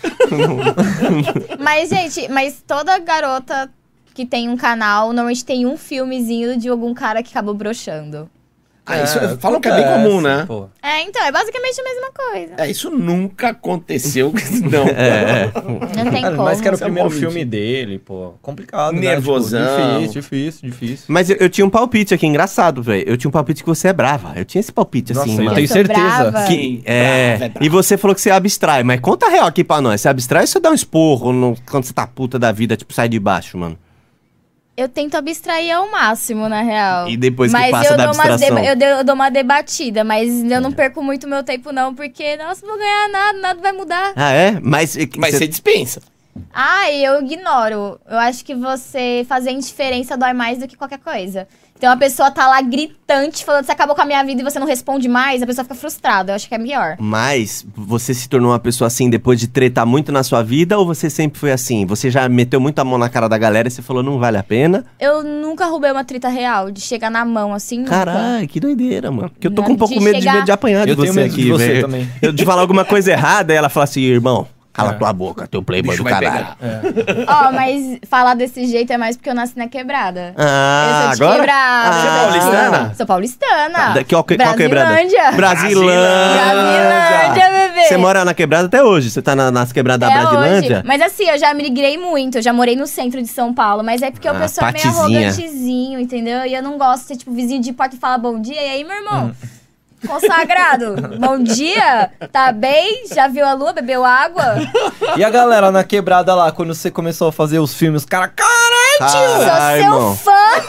Mas, gente, mas toda garota que tem um canal, normalmente tem um filmezinho de algum cara que acabou broxando. Ah, isso, É, falam que é bem acontece, comum, né? pô. É, então, é basicamente a mesma coisa. É, isso nunca aconteceu. Não. É, Não tem Ah, como. mas que era o Você é primeiro um filme ouvinte. dele, pô. Complicado, Nervosão. né? Tipo, difícil, difícil, difícil. Mas eu, eu tinha um palpite aqui, engraçado, velho. Eu tinha um palpite que você é brava. Eu tinha esse palpite Nossa, assim, eu mano. tenho sou certeza. brava. Que, Brava, é, é brava. e você falou que você abstrai, mas conta a real aqui pra nós. Você abstrai ou você dá um esporro no- quando você tá puta da vida, tipo, sai de baixo, mano? Eu tento abstrair ao máximo, na real. E depois que mas passa eu da dou umas abstração? deba- eu, dou, eu dou uma debatida, mas eu não perco muito meu tempo, não, porque, nossa, não vou ganhar nada, nada vai mudar. Ah, é? Mas, e- Mas você- você dispensa. Ah, eu ignoro. Eu acho que você fazer indiferença dói mais do que qualquer coisa. Então a pessoa tá lá gritante, falando, você acabou com a minha vida e você não responde mais, a pessoa fica frustrada. Eu acho que é pior. Mas você se tornou uma pessoa assim depois de tretar muito na sua vida ou você sempre foi assim? Você já meteu muito a mão na cara da galera e você falou, não vale a pena? Eu nunca roubei uma treta real, de chegar na mão assim, nunca. Caralho, que doideira, mano. Porque eu tô Não, com um pouco de medo de, chegar- medo de apanhar de Eu você tenho medo aqui, de você velho. também. Eu de falar alguma coisa errada e ela fala assim, irmão, cala É. tua boca, teu playboy Bicho do vai caralho. pegar. Ó, mas falar desse jeito é mais porque eu nasci na quebrada. Ah, eu sou de agora? quebrada. Ah, Você é eu sou de- paulistana? Sou paulistana. Da- qual, que- qual quebrada? Brasilândia. Brasilândia. Brasilândia, bebê. Você mora na quebrada até hoje? Você tá na, nas quebradas da É Brasilândia? hoje. Mas assim, eu já migrei muito. Eu já morei no centro de São Paulo. Mas é porque Ah, o pessoal é meio patizinha. arrogantezinho, entendeu? E eu não gosto de ser, tipo, vizinho de porta e falar bom dia. E aí, meu irmão? Consagrado. Bom dia? Tá bem? Já viu a lua? Bebeu água? E a galera na quebrada lá, quando você começou a fazer os filmes, os caras, caralho, Sou Caralho, seu irmão.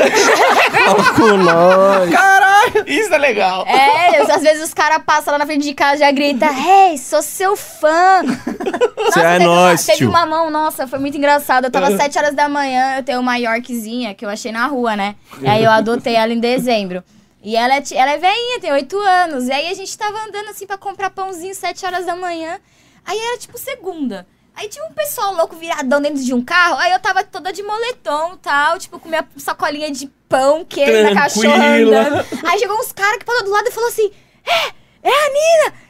fã. Fala com nós. caralho! Isso é legal. É, às vezes os caras passam lá na frente de casa e já gritam, hey, sou seu fã. Você é teve nóis, uma, teve tio. uma mão, nossa, foi muito engraçado. Eu tava sete horas da manhã, eu tenho uma Yorkzinha que eu achei na rua, né? E aí eu adotei ela em dezembro. E ela é, ti- ela é velhinha, tem oito anos. E aí a gente tava andando assim pra comprar pãozinho sete horas da manhã. Aí era tipo segunda. Aí tinha um pessoal louco viradão dentro de um carro. Aí eu tava toda de moletom e tal, tipo, com minha sacolinha de pão, queijo, minha cachorra Tranquila. andando. Aí chegou uns caras que parou do lado e falou assim: É, é a Nina!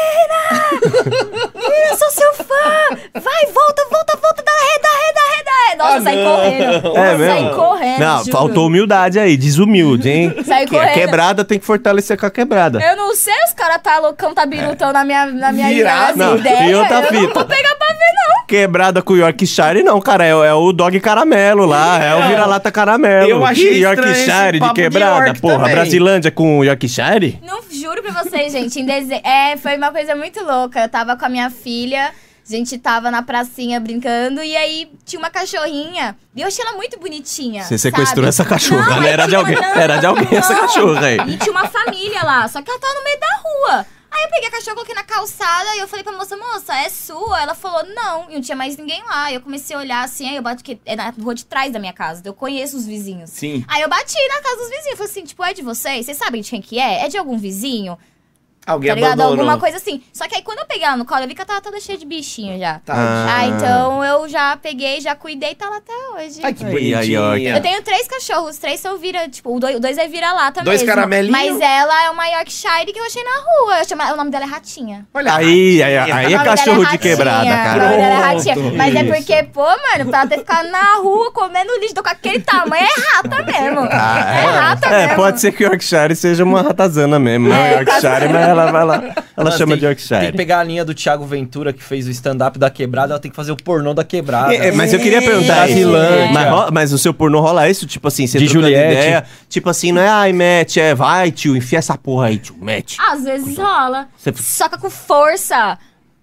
Nina! Nina, sou seu fã! Vai, volta, volta, volta, dá ré, dá ré, dá ré, dá ré. Nossa, Ah, saí não. correndo. É Eu mesmo? saí correndo. Não, juro. faltou humildade aí, desumilde, hein? Saí Que a correndo. quebrada tem que fortalecer com a quebrada. Eu não sei, os caras tá loucão, tá birutão na minha, na minha Virado. nas Não, ideias. e outra Eu não fita. vou pegar pra ver, não. Quebrada com Yorkshire, não, cara. É, é o dog caramelo lá. É o vira-lata caramelo. Eu achei Que estranho Yorkshire esse de papo de quebrada, York porra. também. Brasilândia com Yorkshire? Não, juro pra vocês, gente, em dezembro... É, foi uma coisa muito louca. Eu tava com a minha filha, a gente tava na pracinha brincando, e aí tinha uma cachorrinha, e eu achei ela muito bonitinha. Você sequestrou sabe? essa cachorra, Não, né? é Era de que- alguém, não, era de alguém essa não. cachorra aí. E tinha uma família lá, só que ela tava no meio da rua. Aí eu peguei a cachorra, coloquei na calçada e eu falei pra moça, moça, é sua? Ela falou, não, e não tinha mais ninguém lá. E eu comecei a olhar assim, aí eu bati, que é na rua de trás da minha casa, eu conheço os vizinhos. Sim. Aí eu bati na casa dos vizinhos, falei assim, tipo, é de vocês? Vocês sabem de quem que é? É de algum vizinho? Alguém Tá ligado? abandonou. Alguma coisa assim. Só que aí quando eu peguei ela no colo, eu vi que ela tava toda cheia de bichinho já. Tá. Ah. Ah, então eu já peguei, já cuidei e tá lá até hoje. Ai, que Aí, bonitinha. aí, ó. Eu tenho três cachorros, três são vira, tipo, o dois, o dois é vira-lata Dois mesmo. caramelinho? Mas ela é uma Yorkshire que eu achei na rua. Eu chamo, o nome dela é Ratinha. Olha Aí, aí, ratinha. aí O é nome cachorro dela de Ratinha, quebrada, O nome cara. dela é Pronto. Ratinha. Mas é Isso. porque, pô, mano, pra ela ter ficado na rua comendo lixo, tô com aquele tamanho, é rata mesmo. Ah, é rata É, mesmo. pode ser que o Yorkshire seja uma ratazana mesmo. Não É, Yorkshire, mas ela vai lá. Ela Nossa, chama tem- de Yorkshire. Tem que pegar a linha do Thiago Ventura, que fez o stand-up da quebrada, ela tem que fazer o pornô da quebrada. É, é, mas eu queria perguntar isso. Brasilândia. Mas, ro- mas o seu pornô rola isso? Tipo assim, você De trocando Juliette. ideia. Tipo assim, não é ai, mete, é vai, tio, enfia essa porra aí, tio, mete. Às vezes rola. Você- Soca com força.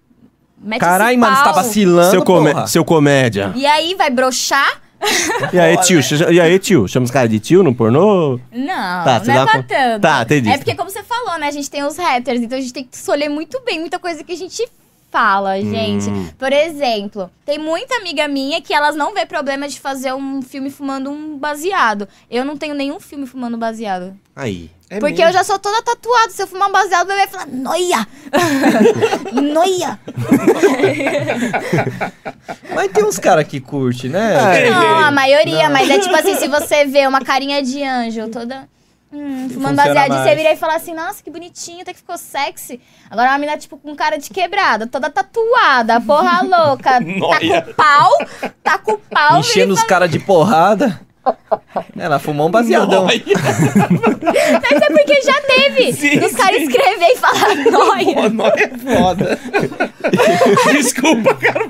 Mete Caralho, esse mano, você tá pau. vacilando, seu, come- porra. seu comédia. E aí, vai broxar? E aí, tio? che- E aí, tio? Chama os caras de tio no pornô? Não, Tá, você não é dá pra com- tanto. Tá, entendi. É porque, como você falou, né? A gente tem os haters, então a gente tem que escolher muito bem muita coisa que a gente fala, gente. Hum. Por exemplo, tem muita amiga minha que elas não vê problema de fazer um filme fumando um baseado. Eu não tenho nenhum filme fumando baseado. Aí. É Porque mesmo. eu já sou toda tatuada. Se eu fumar um baseado, o bebê vai falar, noia! Noia! Mas tem uns caras que curte, né? É. Não, a maioria, Não. mas é tipo assim, se você vê uma carinha de anjo toda... Hum, fumando Funciona baseado, e mais. você vira e fala assim, nossa, que bonitinho, até que ficou sexy. Agora uma menina, tipo, com cara de quebrada, toda tatuada, porra louca, tá Noia. com o pau, tá com o pau. Enchendo os caras de porrada. Ela fumou um baseadão. Noia. Mas é porque já teve. Sim, Os caras sim. escrever e falar Pô, noia. nóia é foda. Desculpa, cara.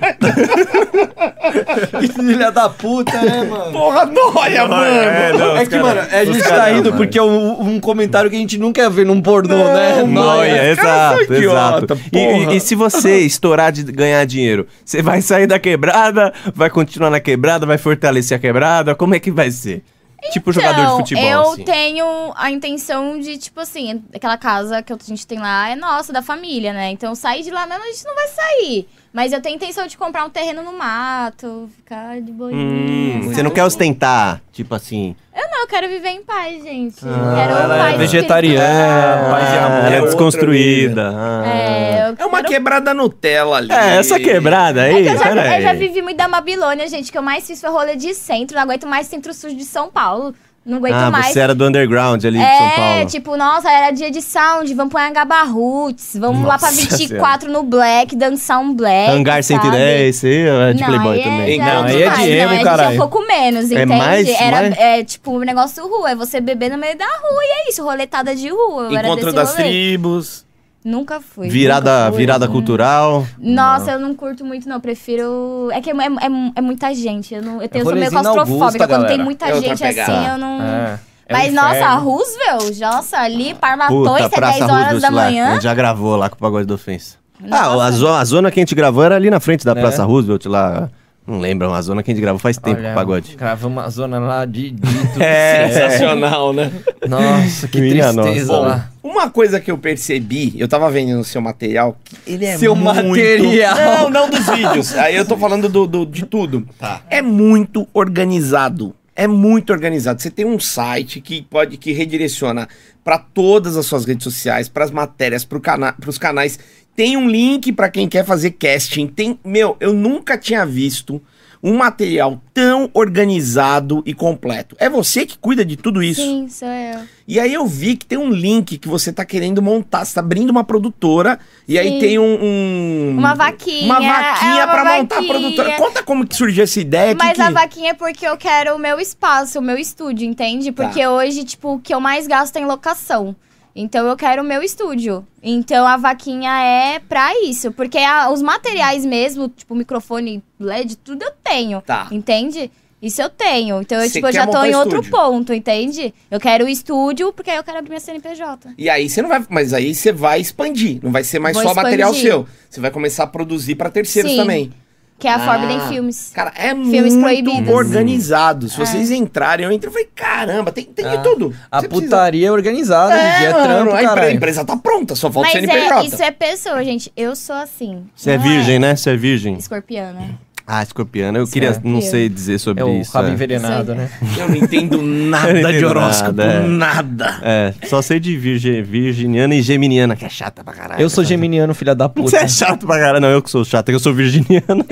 Que filha da puta, né, mano? Porra, nóia, mano. É, não, É os que, cara- mano, a os gente cara tá não, rindo mano. porque é um, um comentário que a gente nunca vê num pornô, Não, né? não, Noia, os caras exato, são idiota, exato. E, porra. e- e se você estourar de ganhar dinheiro, você vai sair da quebrada, vai continuar na quebrada, vai fortalecer a quebrada? Como é que vai ser? Tipo jogador de Então, futebol, eu assim. tenho a intenção de, tipo assim, aquela casa que a gente tem lá é nossa, da família, né? Então, sair de lá mesmo, a gente não vai sair. Mas eu tenho intenção de comprar um terreno no mato, ficar de boinha. Hum, sabe? você não quer ostentar, tipo assim... Eu não, eu quero viver em paz, gente. Ah, quero ela é paz vegetariana, espiritual. paz e amor. ela é É outra desconstruída. Ah. É, eu É uma quero- quebrada Nutella ali. É, essa quebrada aí, É que eu já, peraí. eu já vivi muito da Babilônia, gente. O que eu mais fiz foi rolê de centro. Não aguento mais centro sujo de São Paulo. Não aguento Ah, mais. você era do underground ali de São É, Paulo. tipo, nossa, era dia de sound, vamos pra Angaba Roots, vamos lá pra Nossa vinte e quatro no Black, dançar um Black, Hangar sabe? cento e dez, você é de Não, Playboy aí é, também. já Não, era aí é de demais, emo, não, é, caralho. um pouco menos, É entende? mais- era, mais? é, tipo, um negócio rua, é você beber no meio da rua e é isso, roletada de rua. Eu era Encontro desse das rolê. tribos. Nunca fui. Virada, nunca fui. virada Hum. cultural. Nossa, eu não curto muito, não. Prefiro. É que é, é- é muita gente. Eu, não, eu, tenho, eu sou meio rolezinho na claustrofóbica. Augusta, Quando tem galera. muita É outra gente pegada. assim, eu não. É, é Mas, um nossa, inferno. Roosevelt, nossa, ali, Parmatões, Puta, até Praça dez horas Roosevelt da lá. A manhã. gente já gravou lá com o Pagode da Ofensa. Ah, Nossa. a zona, a zona que a gente gravou era ali na frente da É. Praça Roosevelt lá. Não lembro, uma zona que a gente gravou faz tempo com Olha, o Pagode. Gravamos uma zona lá de dito. É. Sensacional, né? Nossa, que Minha tristeza nossa. lá. Uma coisa que eu percebi, eu tava vendo no seu material, que ele é Seu muito... material. Não, não dos vídeos. Aí eu tô falando do, do- de tudo. É muito organizado. É muito organizado. Você tem um site que pode que redireciona para todas as suas redes sociais, para as matérias, para cana os canais. Tem um link para quem quer fazer casting. Tem, meu, eu nunca tinha visto um material tão organizado e completo. É você que cuida de tudo isso. Sim, sou eu. E aí eu vi que tem um link que você tá querendo montar, você tá abrindo uma produtora, e aí Sim. tem um, um- Uma vaquinha, Uma vaquinha é uma pra montar a vaquinha. produtora. Conta como que surgiu essa ideia. Mas que a que... vaquinha é porque eu quero o meu espaço, o meu estúdio, entende? Porque Tá. hoje, tipo, o que eu mais gasto é em locação. Então eu quero o meu estúdio. Então a vaquinha é pra isso. Porque a- os materiais mesmo, tipo, microfone, L E D, tudo eu tenho. Tá. Entende? Isso eu tenho. Então eu, Você tipo, eu quer já tô montar em outro estúdio. ponto, entende? Eu quero o estúdio, porque aí eu quero abrir minha C N P J. E aí você não vai. Mas aí você vai expandir. Não vai ser mais Vou só material expandir. seu. Você vai começar a produzir pra terceiros Sim. também. Que é a Ah. Forbidden Films. Cara, é Filmes muito proibidos. organizado. Se É. vocês entrarem, eu entro e falei, caramba, tem, tem Ah. de tudo. A Você precisa- putaria é organizada, É, é mano, trampo, a, empre- a caralho. empresa tá pronta, só falta o Mas C N P J. é, isso é pessoa, gente. Eu sou assim. Você é Não virgem, né? Você é virgem. Escorpiana. Ah, escorpiana. Eu queria, é. não sei dizer sobre É o isso. rabo é. envenenado, né? Eu não entendo nada Eu não de entendo horóscopo, nada, é. nada. É, só sei de virgem, virginiana e geminiana, que é chata pra caralho. Eu sou geminiano, filha da puta. Você é chato pra caralho. Não, eu que sou chato, é que eu sou virginiano.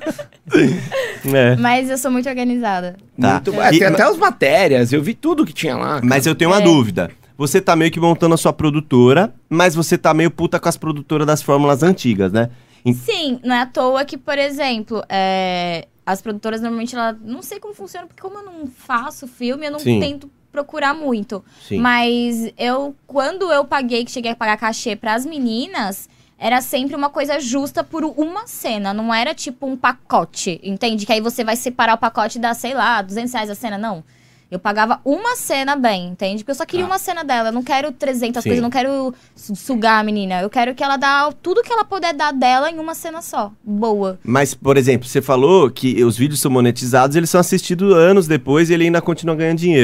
é. Mas eu sou muito organizada. Tá. Muito, é, E- tem até as matérias, eu vi tudo que tinha lá. Mas eu tenho uma É. dúvida. Você tá meio que montando a sua produtora, mas você tá meio puta com as produtoras das fórmulas antigas, né? Em- Sim, não é à toa que, por exemplo, é, as produtoras normalmente, ela, não sei como funciona, porque como eu não faço filme, eu não Sim. tento procurar muito. Sim. Mas eu, quando eu paguei, que cheguei a pagar cachê pras meninas, era sempre uma coisa justa por uma cena, não era tipo um pacote, entende? Que aí você vai separar o pacote e dar, sei lá, duzentos reais a cena, não. Eu pagava uma cena bem, entende? Porque eu só queria Ah. uma cena dela. Eu não quero trezentas Sim. coisas, eu não quero su- sugar a menina. Eu quero que ela dá tudo que ela puder dar dela em uma cena só. Boa. Mas, por exemplo, você falou que os vídeos são monetizados, eles são assistidos anos depois e ele ainda continua ganhando dinheiro.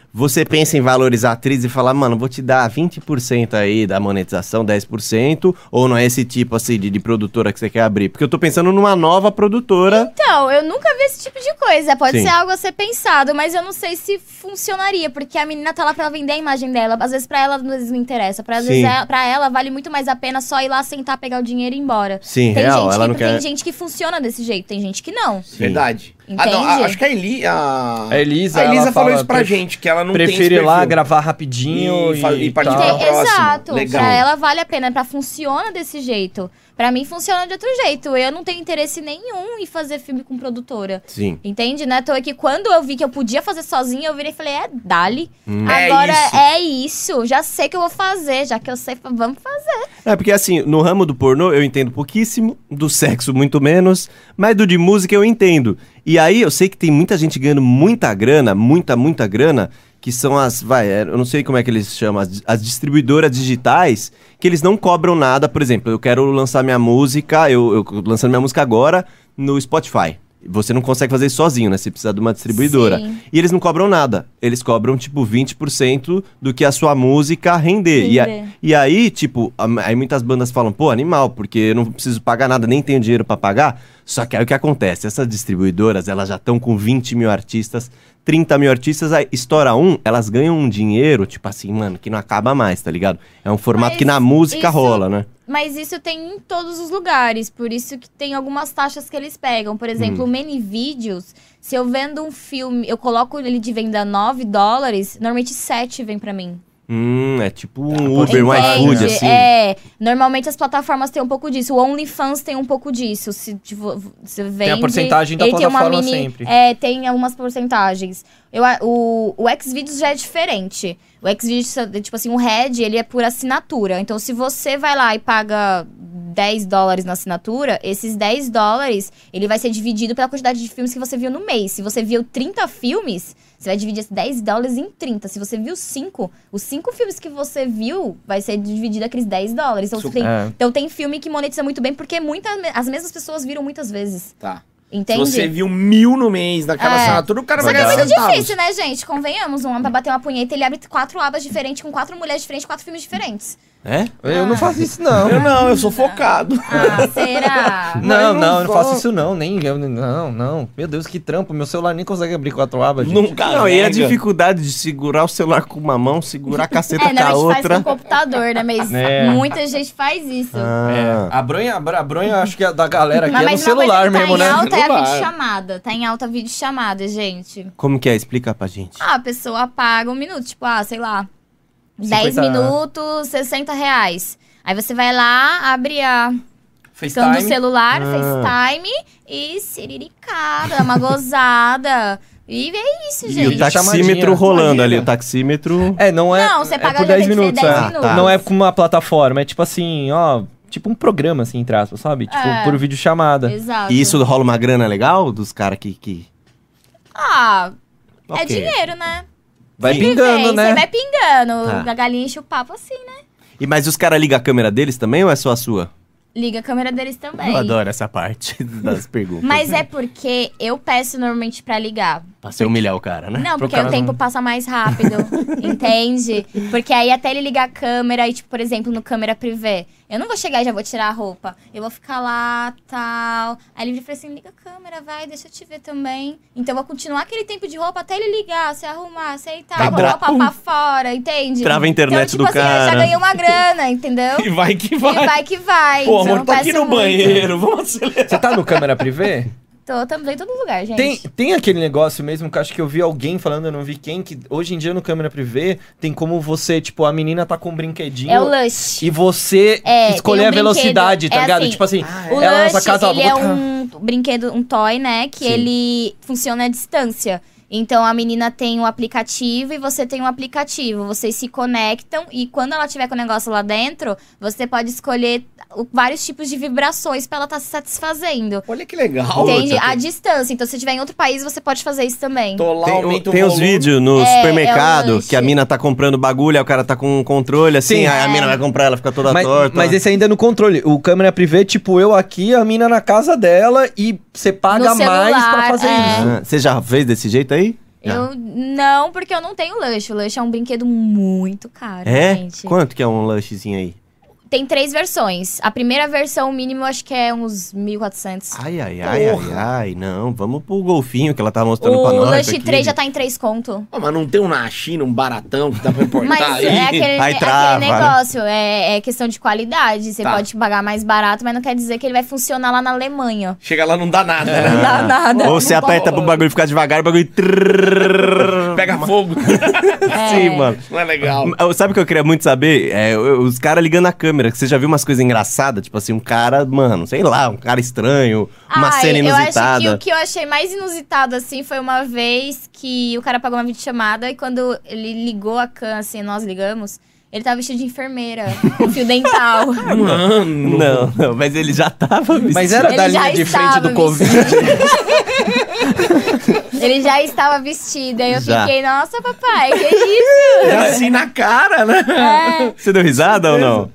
você pensa em valorizar a atriz e falar, mano, vou te dar vinte por cento aí da monetização, dez por cento, ou não é esse tipo assim de, de produtora que você quer abrir? Porque eu tô pensando numa nova produtora. Então, eu nunca vi esse tipo de coisa. Pode Sim. ser algo a ser pensado, mas eu não sei se funcionaria, porque a menina tá lá pra vender a imagem dela. Às vezes pra ela às vezes não interessa. Pra, às Sim. vezes ela, pra ela vale muito mais a pena só ir lá sentar, pegar o dinheiro e ir embora. Sim, tem real, gente ela que, não tem quer... gente que funciona desse jeito, tem gente que não. Sim. Verdade. Ah, não, Entende? a- acho que a Eli... A, A Elisa, a Elisa ela falou fala, isso pra pref- gente, que ela não tem esse Prefere ir lá, perfil. gravar rapidinho E e, fa- e partir tal. pra Tem- próxima. exato. Legal. Pra ela vale a pena, pra funciona desse jeito. Pra mim funciona de outro jeito. Eu não tenho interesse nenhum em fazer filme com produtora. Sim. Entende? Né? Então é que quando eu vi que eu podia fazer sozinha, eu virei e falei, é, dali. É Agora isso. é isso. Já sei que eu vou fazer. Já que eu sei, vamos fazer. É, porque assim, no ramo do pornô eu entendo pouquíssimo, do sexo muito menos, mas do de música eu entendo. E aí eu sei que tem muita gente ganhando muita grana, muita, muita grana, que são as, vai, é, eu não sei como é que eles chamam, as, as distribuidoras digitais, que eles não cobram nada. Por exemplo, eu quero lançar minha música, eu, eu lançando minha música agora no Spotify. Você não consegue fazer isso sozinho, né? Você precisa de uma distribuidora. Sim. E eles não cobram nada. Eles cobram, tipo, vinte por cento do que a sua música render. E, a- Render. e aí, tipo, a- aí muitas bandas falam, pô, animal, porque eu não preciso pagar nada, nem tenho dinheiro pra pagar. Só que aí o que acontece? Essas distribuidoras, elas já estão com vinte mil artistas, trinta mil artistas, aí estoura um, elas ganham um dinheiro, tipo assim, mano, que não acaba mais, tá ligado? É um formato Mas que na música isso- rola, né? Mas isso tem em todos os lugares. Por isso que tem algumas taxas que eles pegam. Por exemplo, Hum. o Many Videos, se eu vendo um filme, eu coloco ele de venda nove dólares, normalmente sete vem pra mim. Hum, é tipo um pode Uber, um ser. iFood, Entende? assim. É, normalmente as plataformas têm um pouco disso. O OnlyFans tem um pouco disso. Se tipo, você vende, porcentagem da ele tem uma plataforma mini, sempre. É, tem algumas porcentagens. Eu, a- o, o Xvideos já é diferente. O Xvideos, tipo assim, o Red, ele é por assinatura. Então, se você vai lá e paga dez dólares na assinatura, esses dez dólares, ele vai ser dividido pela quantidade de filmes que você viu no mês. Se você viu trinta filmes, você vai dividir esses dez dólares em trinta. Se você viu cinco, os cinco filmes que você viu, vai ser dividido aqueles dez dólares. Então, você tem, É. então tem filme que monetiza muito bem, porque muita, as mesmas pessoas viram muitas vezes. Tá. Entende? Se você viu mil no mês naquela É. assinatura, o cara Só vai que é ganhar muito centavos. difícil, né, gente? Convenhamos, um homem pra bater uma punheta, ele abre quatro abas diferentes, com quatro mulheres diferentes, quatro filmes diferentes. É? Eu não faço isso, não. Eu não, eu sou focado. Ah, será? Não, Mas não, não eu não vou. faço isso não, nem, eu, não, não. Meu Deus, que trampo, meu celular nem consegue abrir quatro abas, gente. Nunca Não, e a nega. dificuldade de segurar o celular com uma mão, segurar a caceta É, com a não, a gente faz outra. com computador, né? Mas É. muita gente faz isso. Ah. É, a bronha, a bronha, a bronha, acho que é da galera aqui Mas, é no mas uma celular coisa que mesmo, tá né? em alta é a Celular. videochamada. Tá em alta a videochamada, gente. Como que é? Explica pra gente. Ah, a pessoa paga um minuto, tipo, ah, sei lá, dez cinquenta minutos, sessenta reais. Aí você vai lá, abre a questão do FaceTime. celular, Ah. FaceTime e siriricada, uma gozada. E é isso, E gente. o taxímetro chamadinha. rolando Imagina. ali, o taxímetro... É, não é. Não, você é paga por já dez tem que ser minutos, dez é. minutos. Tá. Não é com uma plataforma, é tipo assim, ó, tipo um programa, assim, entre aspas, sabe? Tipo, É. por videochamada. Exato. E isso rola uma grana legal dos caras que... que... Ah, é Ok. dinheiro, né? Vai Sempre pingando, vem, né? Você vai pingando. Tá. A galinha enche o papo assim, né? E, mas os caras ligam a câmera deles também ou é só a sua? Liga a câmera deles também. Eu adoro essa parte das perguntas. Mas é porque eu peço normalmente pra ligar. Pra você humilhar o cara, né? Não, Pro porque aí o cara tempo não- passa mais rápido, entende? Porque aí até ele ligar a câmera e, tipo, por exemplo, no câmera privê, eu não vou chegar e já vou tirar a roupa. Eu vou ficar lá, tal. Aí ele fala assim, liga a câmera, vai, deixa eu te ver também. Então eu vou continuar aquele tempo de roupa até ele ligar, se arrumar, aceitar, Vai com tra- a roupa pra fora, entende? Trava a internet então, tipo do assim, eu já cara. ganhei uma grana, entendeu? E vai que E vai. vai que vai. Pô, então amor, tô eu aqui peço no muito. banheiro, vamos acelerar. Você tá no câmera privê? Tô, também em todo lugar, gente. Tem, tem aquele negócio mesmo que eu acho que eu vi alguém falando, eu não vi quem, que hoje em dia no câmera privê tem como você, tipo, a menina tá com um brinquedinho É o Lush. e você É, escolher tem um a velocidade, brinquedo, tá é ligado? assim, Tipo assim, O ela Lush, nessa casa... ele vou é botar- um brinquedo, um toy, né? Que Sim. ele funciona à distância. Então, a menina tem um aplicativo e você tem um aplicativo. Vocês se conectam e quando ela tiver com o negócio lá dentro, você pode escolher o- vários tipos de vibrações pra ela estar se satisfazendo. Olha que legal. Entende? tá À distância. Então, se você estiver em outro país, você pode fazer isso também. Tô lá, Tem, aumenta o tem os volume. vídeos no É, supermercado é o lanche. que a mina tá comprando bagulho, aí o cara tá com um controle assim, Sim. aí a É. mina vai comprar, ela fica toda Mas, torta. mas esse ainda é no controle. O câmera privê, tipo, eu aqui, a mina na casa dela e você paga No celular, mais pra fazer é. isso. Ah, você já fez desse jeito aí? Eu não, porque eu não tenho lanche. O lanche é um brinquedo muito caro, É? gente. Quanto que é um lanchezinho aí? Tem três versões. A primeira versão, o mínimo, acho que é uns mil e quatrocentos. Ai, ai, ai, ai, ai, não. Vamos pro golfinho que ela tá mostrando pra O nós lanche aqui. três já tá em três conto. Oh, mas não tem um na China, um baratão que dá pra importar Mas aí? é aquele, Aí é trava, aquele negócio, é, é questão de qualidade. Você Tá. pode pagar mais barato, mas não quer dizer que ele vai funcionar lá na Alemanha. Chega lá, não dá nada, né? Não dá nada. Ou você aperta pro bagulho ficar devagar, o bagulho... trrr. Pega fogo. Sim, mano. Não é legal. Sabe o que eu queria muito saber? É, os caras ligando a câmera. Você já viu umas coisas engraçadas? Tipo assim, um cara, mano, sei lá, um cara estranho, uma Ai, cena eu acho inusitada. que o que eu achei mais inusitado, assim, foi uma vez que o cara pagou uma videochamada e quando ele ligou a cam, assim, nós ligamos, ele tava vestido de enfermeira, com fio dental. Mano. Não, não, mas ele já tava vestido. Mas era Ele da já linha de frente estava do Covid. Ele já estava vestido, aí eu Já. fiquei, nossa, papai, que isso? É assim na cara, né? É. Você deu risada ou não?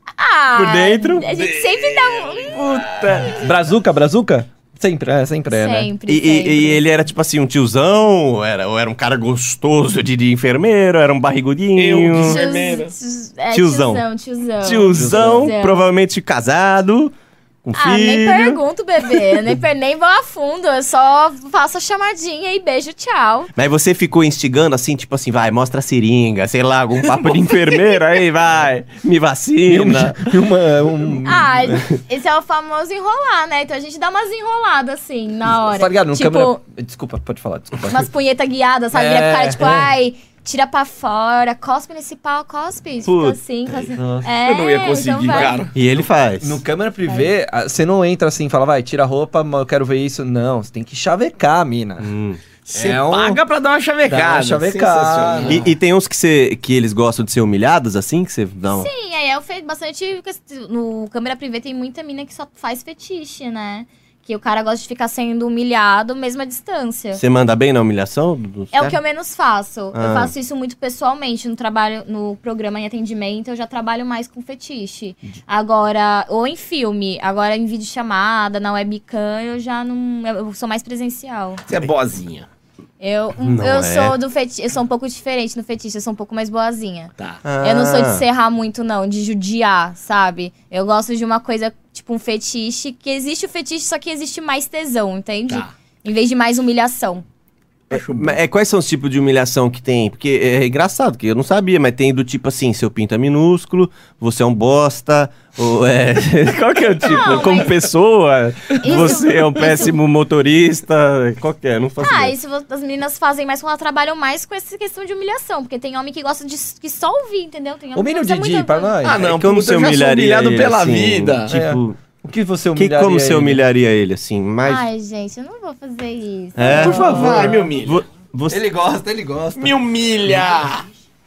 Ah, Por dentro? a gente sempre dá um... Puta. Brazuca, brazuca? Sempre, é, sempre é, né? Sempre, E, e- sempre. e ele era tipo assim, um tiozão? Ou era, ou era um cara gostoso de, de enfermeiro? Era um barrigudinho? Eu, Tios- enfermeira. tios- é, Tiozão. tiozão, tiozão. Tiozão, Tiozão. provavelmente casado, com Ah, nem filho. pergunto, bebê. nem, per- nem vou a fundo. Eu só faço a chamadinha e beijo, tchau. Mas você ficou instigando assim, tipo assim, vai, mostra a seringa, sei lá, algum papo de enfermeira aí, vai, me vacina. Uma, um... Ah, esse é o famoso enrolar, né? Então a gente dá umas enroladas assim, na hora. Tá ligado? No tipo, câmera... Desculpa, pode falar, desculpa. umas punhetas guiadas, sabe? É, Vira pro cara, tipo, é. ai, tira pra fora, cospe nesse pau, cospe. Fica Puta, assim, fica assim. nossa. É, Eu não ia então conseguir, vai. cara. E ele faz. No câmera privê, a- você não entra assim e fala, vai, tira a roupa, mas eu quero ver isso. Não, você tem que chavecar a mina. Hum. Você É um- paga pra dar uma chavecada. Dá uma chavecada. Sensacional. E, e tem uns que, você, que eles gostam de ser humilhados, assim, que você não... Sim, aí eu fiz bastante. No câmera privê tem muita mina que só faz fetiche, né? Que o cara gosta de ficar sendo humilhado mesmo à distância. Você manda bem na humilhação? dos É o caras? que eu menos faço. Ah. Eu faço isso muito pessoalmente no trabalho, no programa em atendimento, eu já trabalho mais com fetiche. Agora, ou em filme, agora em videochamada, na webcam, eu já não. Eu sou mais presencial. Você é boazinha. Eu, Não eu é. sou do fetiche, eu sou um pouco diferente no fetiche, eu sou um pouco mais boazinha. Tá. Ah. Eu não sou de serrar muito, não, de judiar, sabe? Eu gosto de uma coisa, tipo um fetiche, que existe o fetiche, só que existe mais tesão, entende? Tá. Em vez de mais humilhação. Acho bom. Mas, é, quais são os tipos de humilhação que tem? Porque é engraçado, que eu não sabia, mas tem do tipo assim, seu pinto é minúsculo, você é um bosta, ou é... Qual que é o tipo? Não, Como mas- pessoa, Isso- você é um isso- péssimo motorista, qual que é? Não faço Ah, ideia. isso as meninas fazem mais quando elas trabalham mais com essa questão de humilhação. Porque tem homem que gosta de que só ouvir, entendeu? Tem homem Humilha o que gosta Didi muito- pra nós. Ah, não, É, como puta, você eu já sou humilharia humilhado ele, pela assim, vida. Tipo, O que você que, humilharia como você ele? humilharia ele, assim? Mais... Ai, gente, eu não vou fazer isso. É? Por favor. Vai, me humilha. Vo- Você... Ele gosta, ele gosta. Me humilha.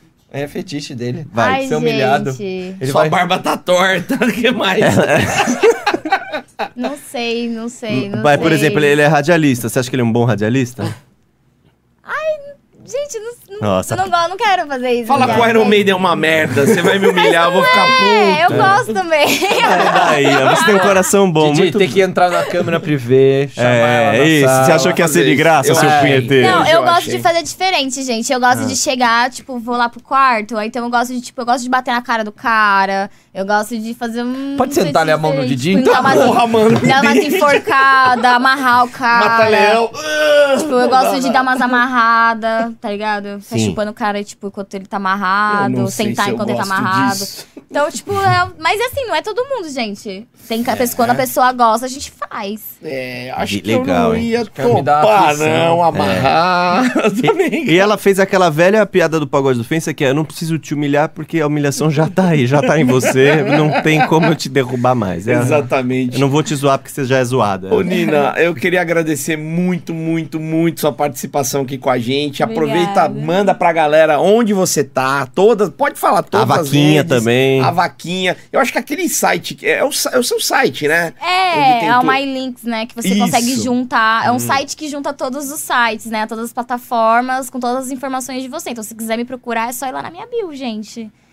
É fetiche dele. Vai, Ai, ser humilhado. gente. Ele Sua vai... barba tá torta. O que mais? Não sei, não sei, não Vai, sei. por exemplo, ele é radialista. Você acha que ele é um bom radialista? Gente, não, não, Nossa. eu não, go- não quero fazer isso. Fala já, que o Iron gente. Maiden é uma merda. Você vai me humilhar, eu vou ficar É, puto. eu gosto também. Aí, ó, você tem um coração bom. Didi, muito... tem que entrar na câmera privê, chamar ela É, na isso. sala. Você achou que ia ser de graça, Eu seu achei. punheteiro? Não, eu eu gosto achei. de fazer diferente, gente. Eu gosto Ah. de chegar, tipo, vou lá pro quarto. Aí então eu gosto de, tipo, eu gosto de bater na cara do cara. Eu gosto de fazer um. Pode sentar-lhe a mão no diferente, Didi? Tipo, dar umas, Porra, mano. dar umas enforcadas, amarrar o cara. Mata-leão. Tipo, eu gosto de dar umas amarradas, tá ligado? Ficar Sim. chupando o cara, tipo, enquanto ele tá Eu amarrado, não sei sentar se eu enquanto ele tá gosto amarrado. disso. Então, tipo, é... mas assim, não é todo mundo, gente. Tem que, quando a pessoa gosta, a gente faz. É, acho Que que eu legal, não hein? ia que me dá topar, aflição. não, amarrar. Também. E ela fez aquela velha piada do pagode do Fensa que é: eu não preciso te humilhar porque a humilhação já tá aí, já tá em você, não tem como eu te derrubar mais. É, Exatamente. eu não vou te zoar porque você já é zoada. Ô, Nina, eu queria agradecer muito, muito, muito sua participação aqui com a gente. Aproveita, Obrigada. manda pra galera onde você tá, todas, pode falar todas A as vaquinha redes, também. A vaquinha. Eu acho que aquele site, é o, é o seu site, né? Onde É, tem é o tudo. MyLinks, né? Que você Isso. consegue juntar. Hum. É um site que junta todos os sites, né? Todas as plataformas, com todas as informações de você. Então, se quiser me procurar, é só ir lá na minha bio, gente.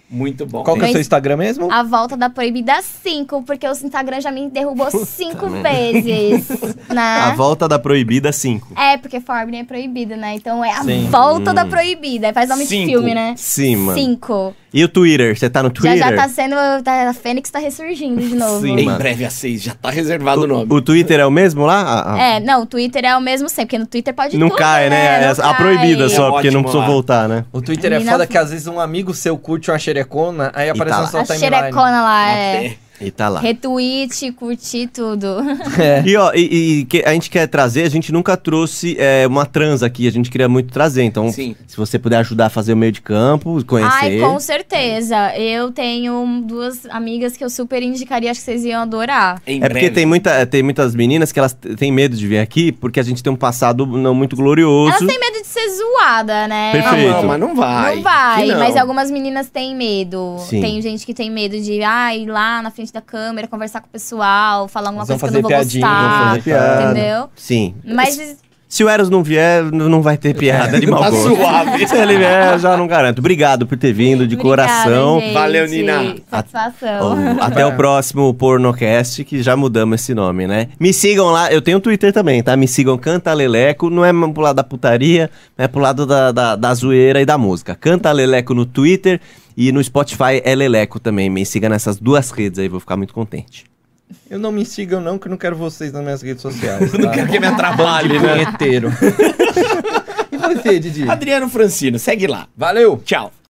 Muito bom. Qual que é o Mas- seu Instagram mesmo? A volta da Proibida cinco, porque o Instagram já me derrubou cinco vezes. Né? A volta da Proibida cinco. É, porque Forbidden é proibido, né? Então é a Sim. volta Hum. da Proibida. Faz nome Cinco. de filme, né? Sim, mano. Cinco. E o Twitter? Você tá no Já Twitter? já tá sendo. Tá, a Fênix tá ressurgindo de novo. Sim. Em mano. breve a seis, já tá reservado o nome. O, o Twitter é o mesmo lá? A- a- É, não, o Twitter é o mesmo sempre, porque no Twitter pode Não tudo, cai, né? Não É a cai. Proibida só, É porque não ótimo precisou lá. voltar, né? O Twitter é Menina- foda que às vezes um amigo seu curte uma xerecona, aí aparece tá na lá. sua A timeline. xerecona lá, é. Até. E tá lá. Retweet, curtir tudo. É. E ó, e, e que a gente quer trazer, a gente nunca trouxe é, uma trans aqui, a gente queria muito trazer. Então, Sim. se você puder ajudar a fazer o meio de campo, conhecer. Ai, com certeza. Eu tenho duas amigas que eu super indicaria, acho que vocês iam adorar. Em É porque breve. tem, muita, tem muitas meninas que elas t- têm medo de vir aqui, porque a gente tem um passado não muito glorioso. Elas têm medo de ser zoada, né? Ah, Perfeito. não, mas não vai. Não vai, Que não. mas algumas meninas têm medo. Sim. Tem gente que tem medo de ah, ir lá na frente da câmera, conversar com o pessoal, falar alguma Eles vão coisa que eu não vou fazer piadinha, gostar. vão fazer piada. Entendeu? Sim. Mas Se o Eros não vier, n- não vai ter piada de mau Tá gosto. suave. Se ele vier, eu já não garanto. Obrigado por ter vindo, de obrigada, coração. gente. Valeu, Nina. Satisfação. Até o próximo Pornocast, que já mudamos esse nome, né? Me sigam lá, eu tenho Twitter também, tá? Me sigam Canta Leleco, não é pro lado da putaria, é pro lado da, da, da zoeira e da música. Canta Leleco no Twitter e no Spotify é Leleco também. Me siga nessas duas redes aí, vou ficar muito contente. Eu não me sigam não, que eu não quero vocês nas minhas redes sociais. Eu não tá? quero que me atrapalhe, De né? punheteiro. E você, Didi? Adriano Francino, segue lá. Valeu! Tchau.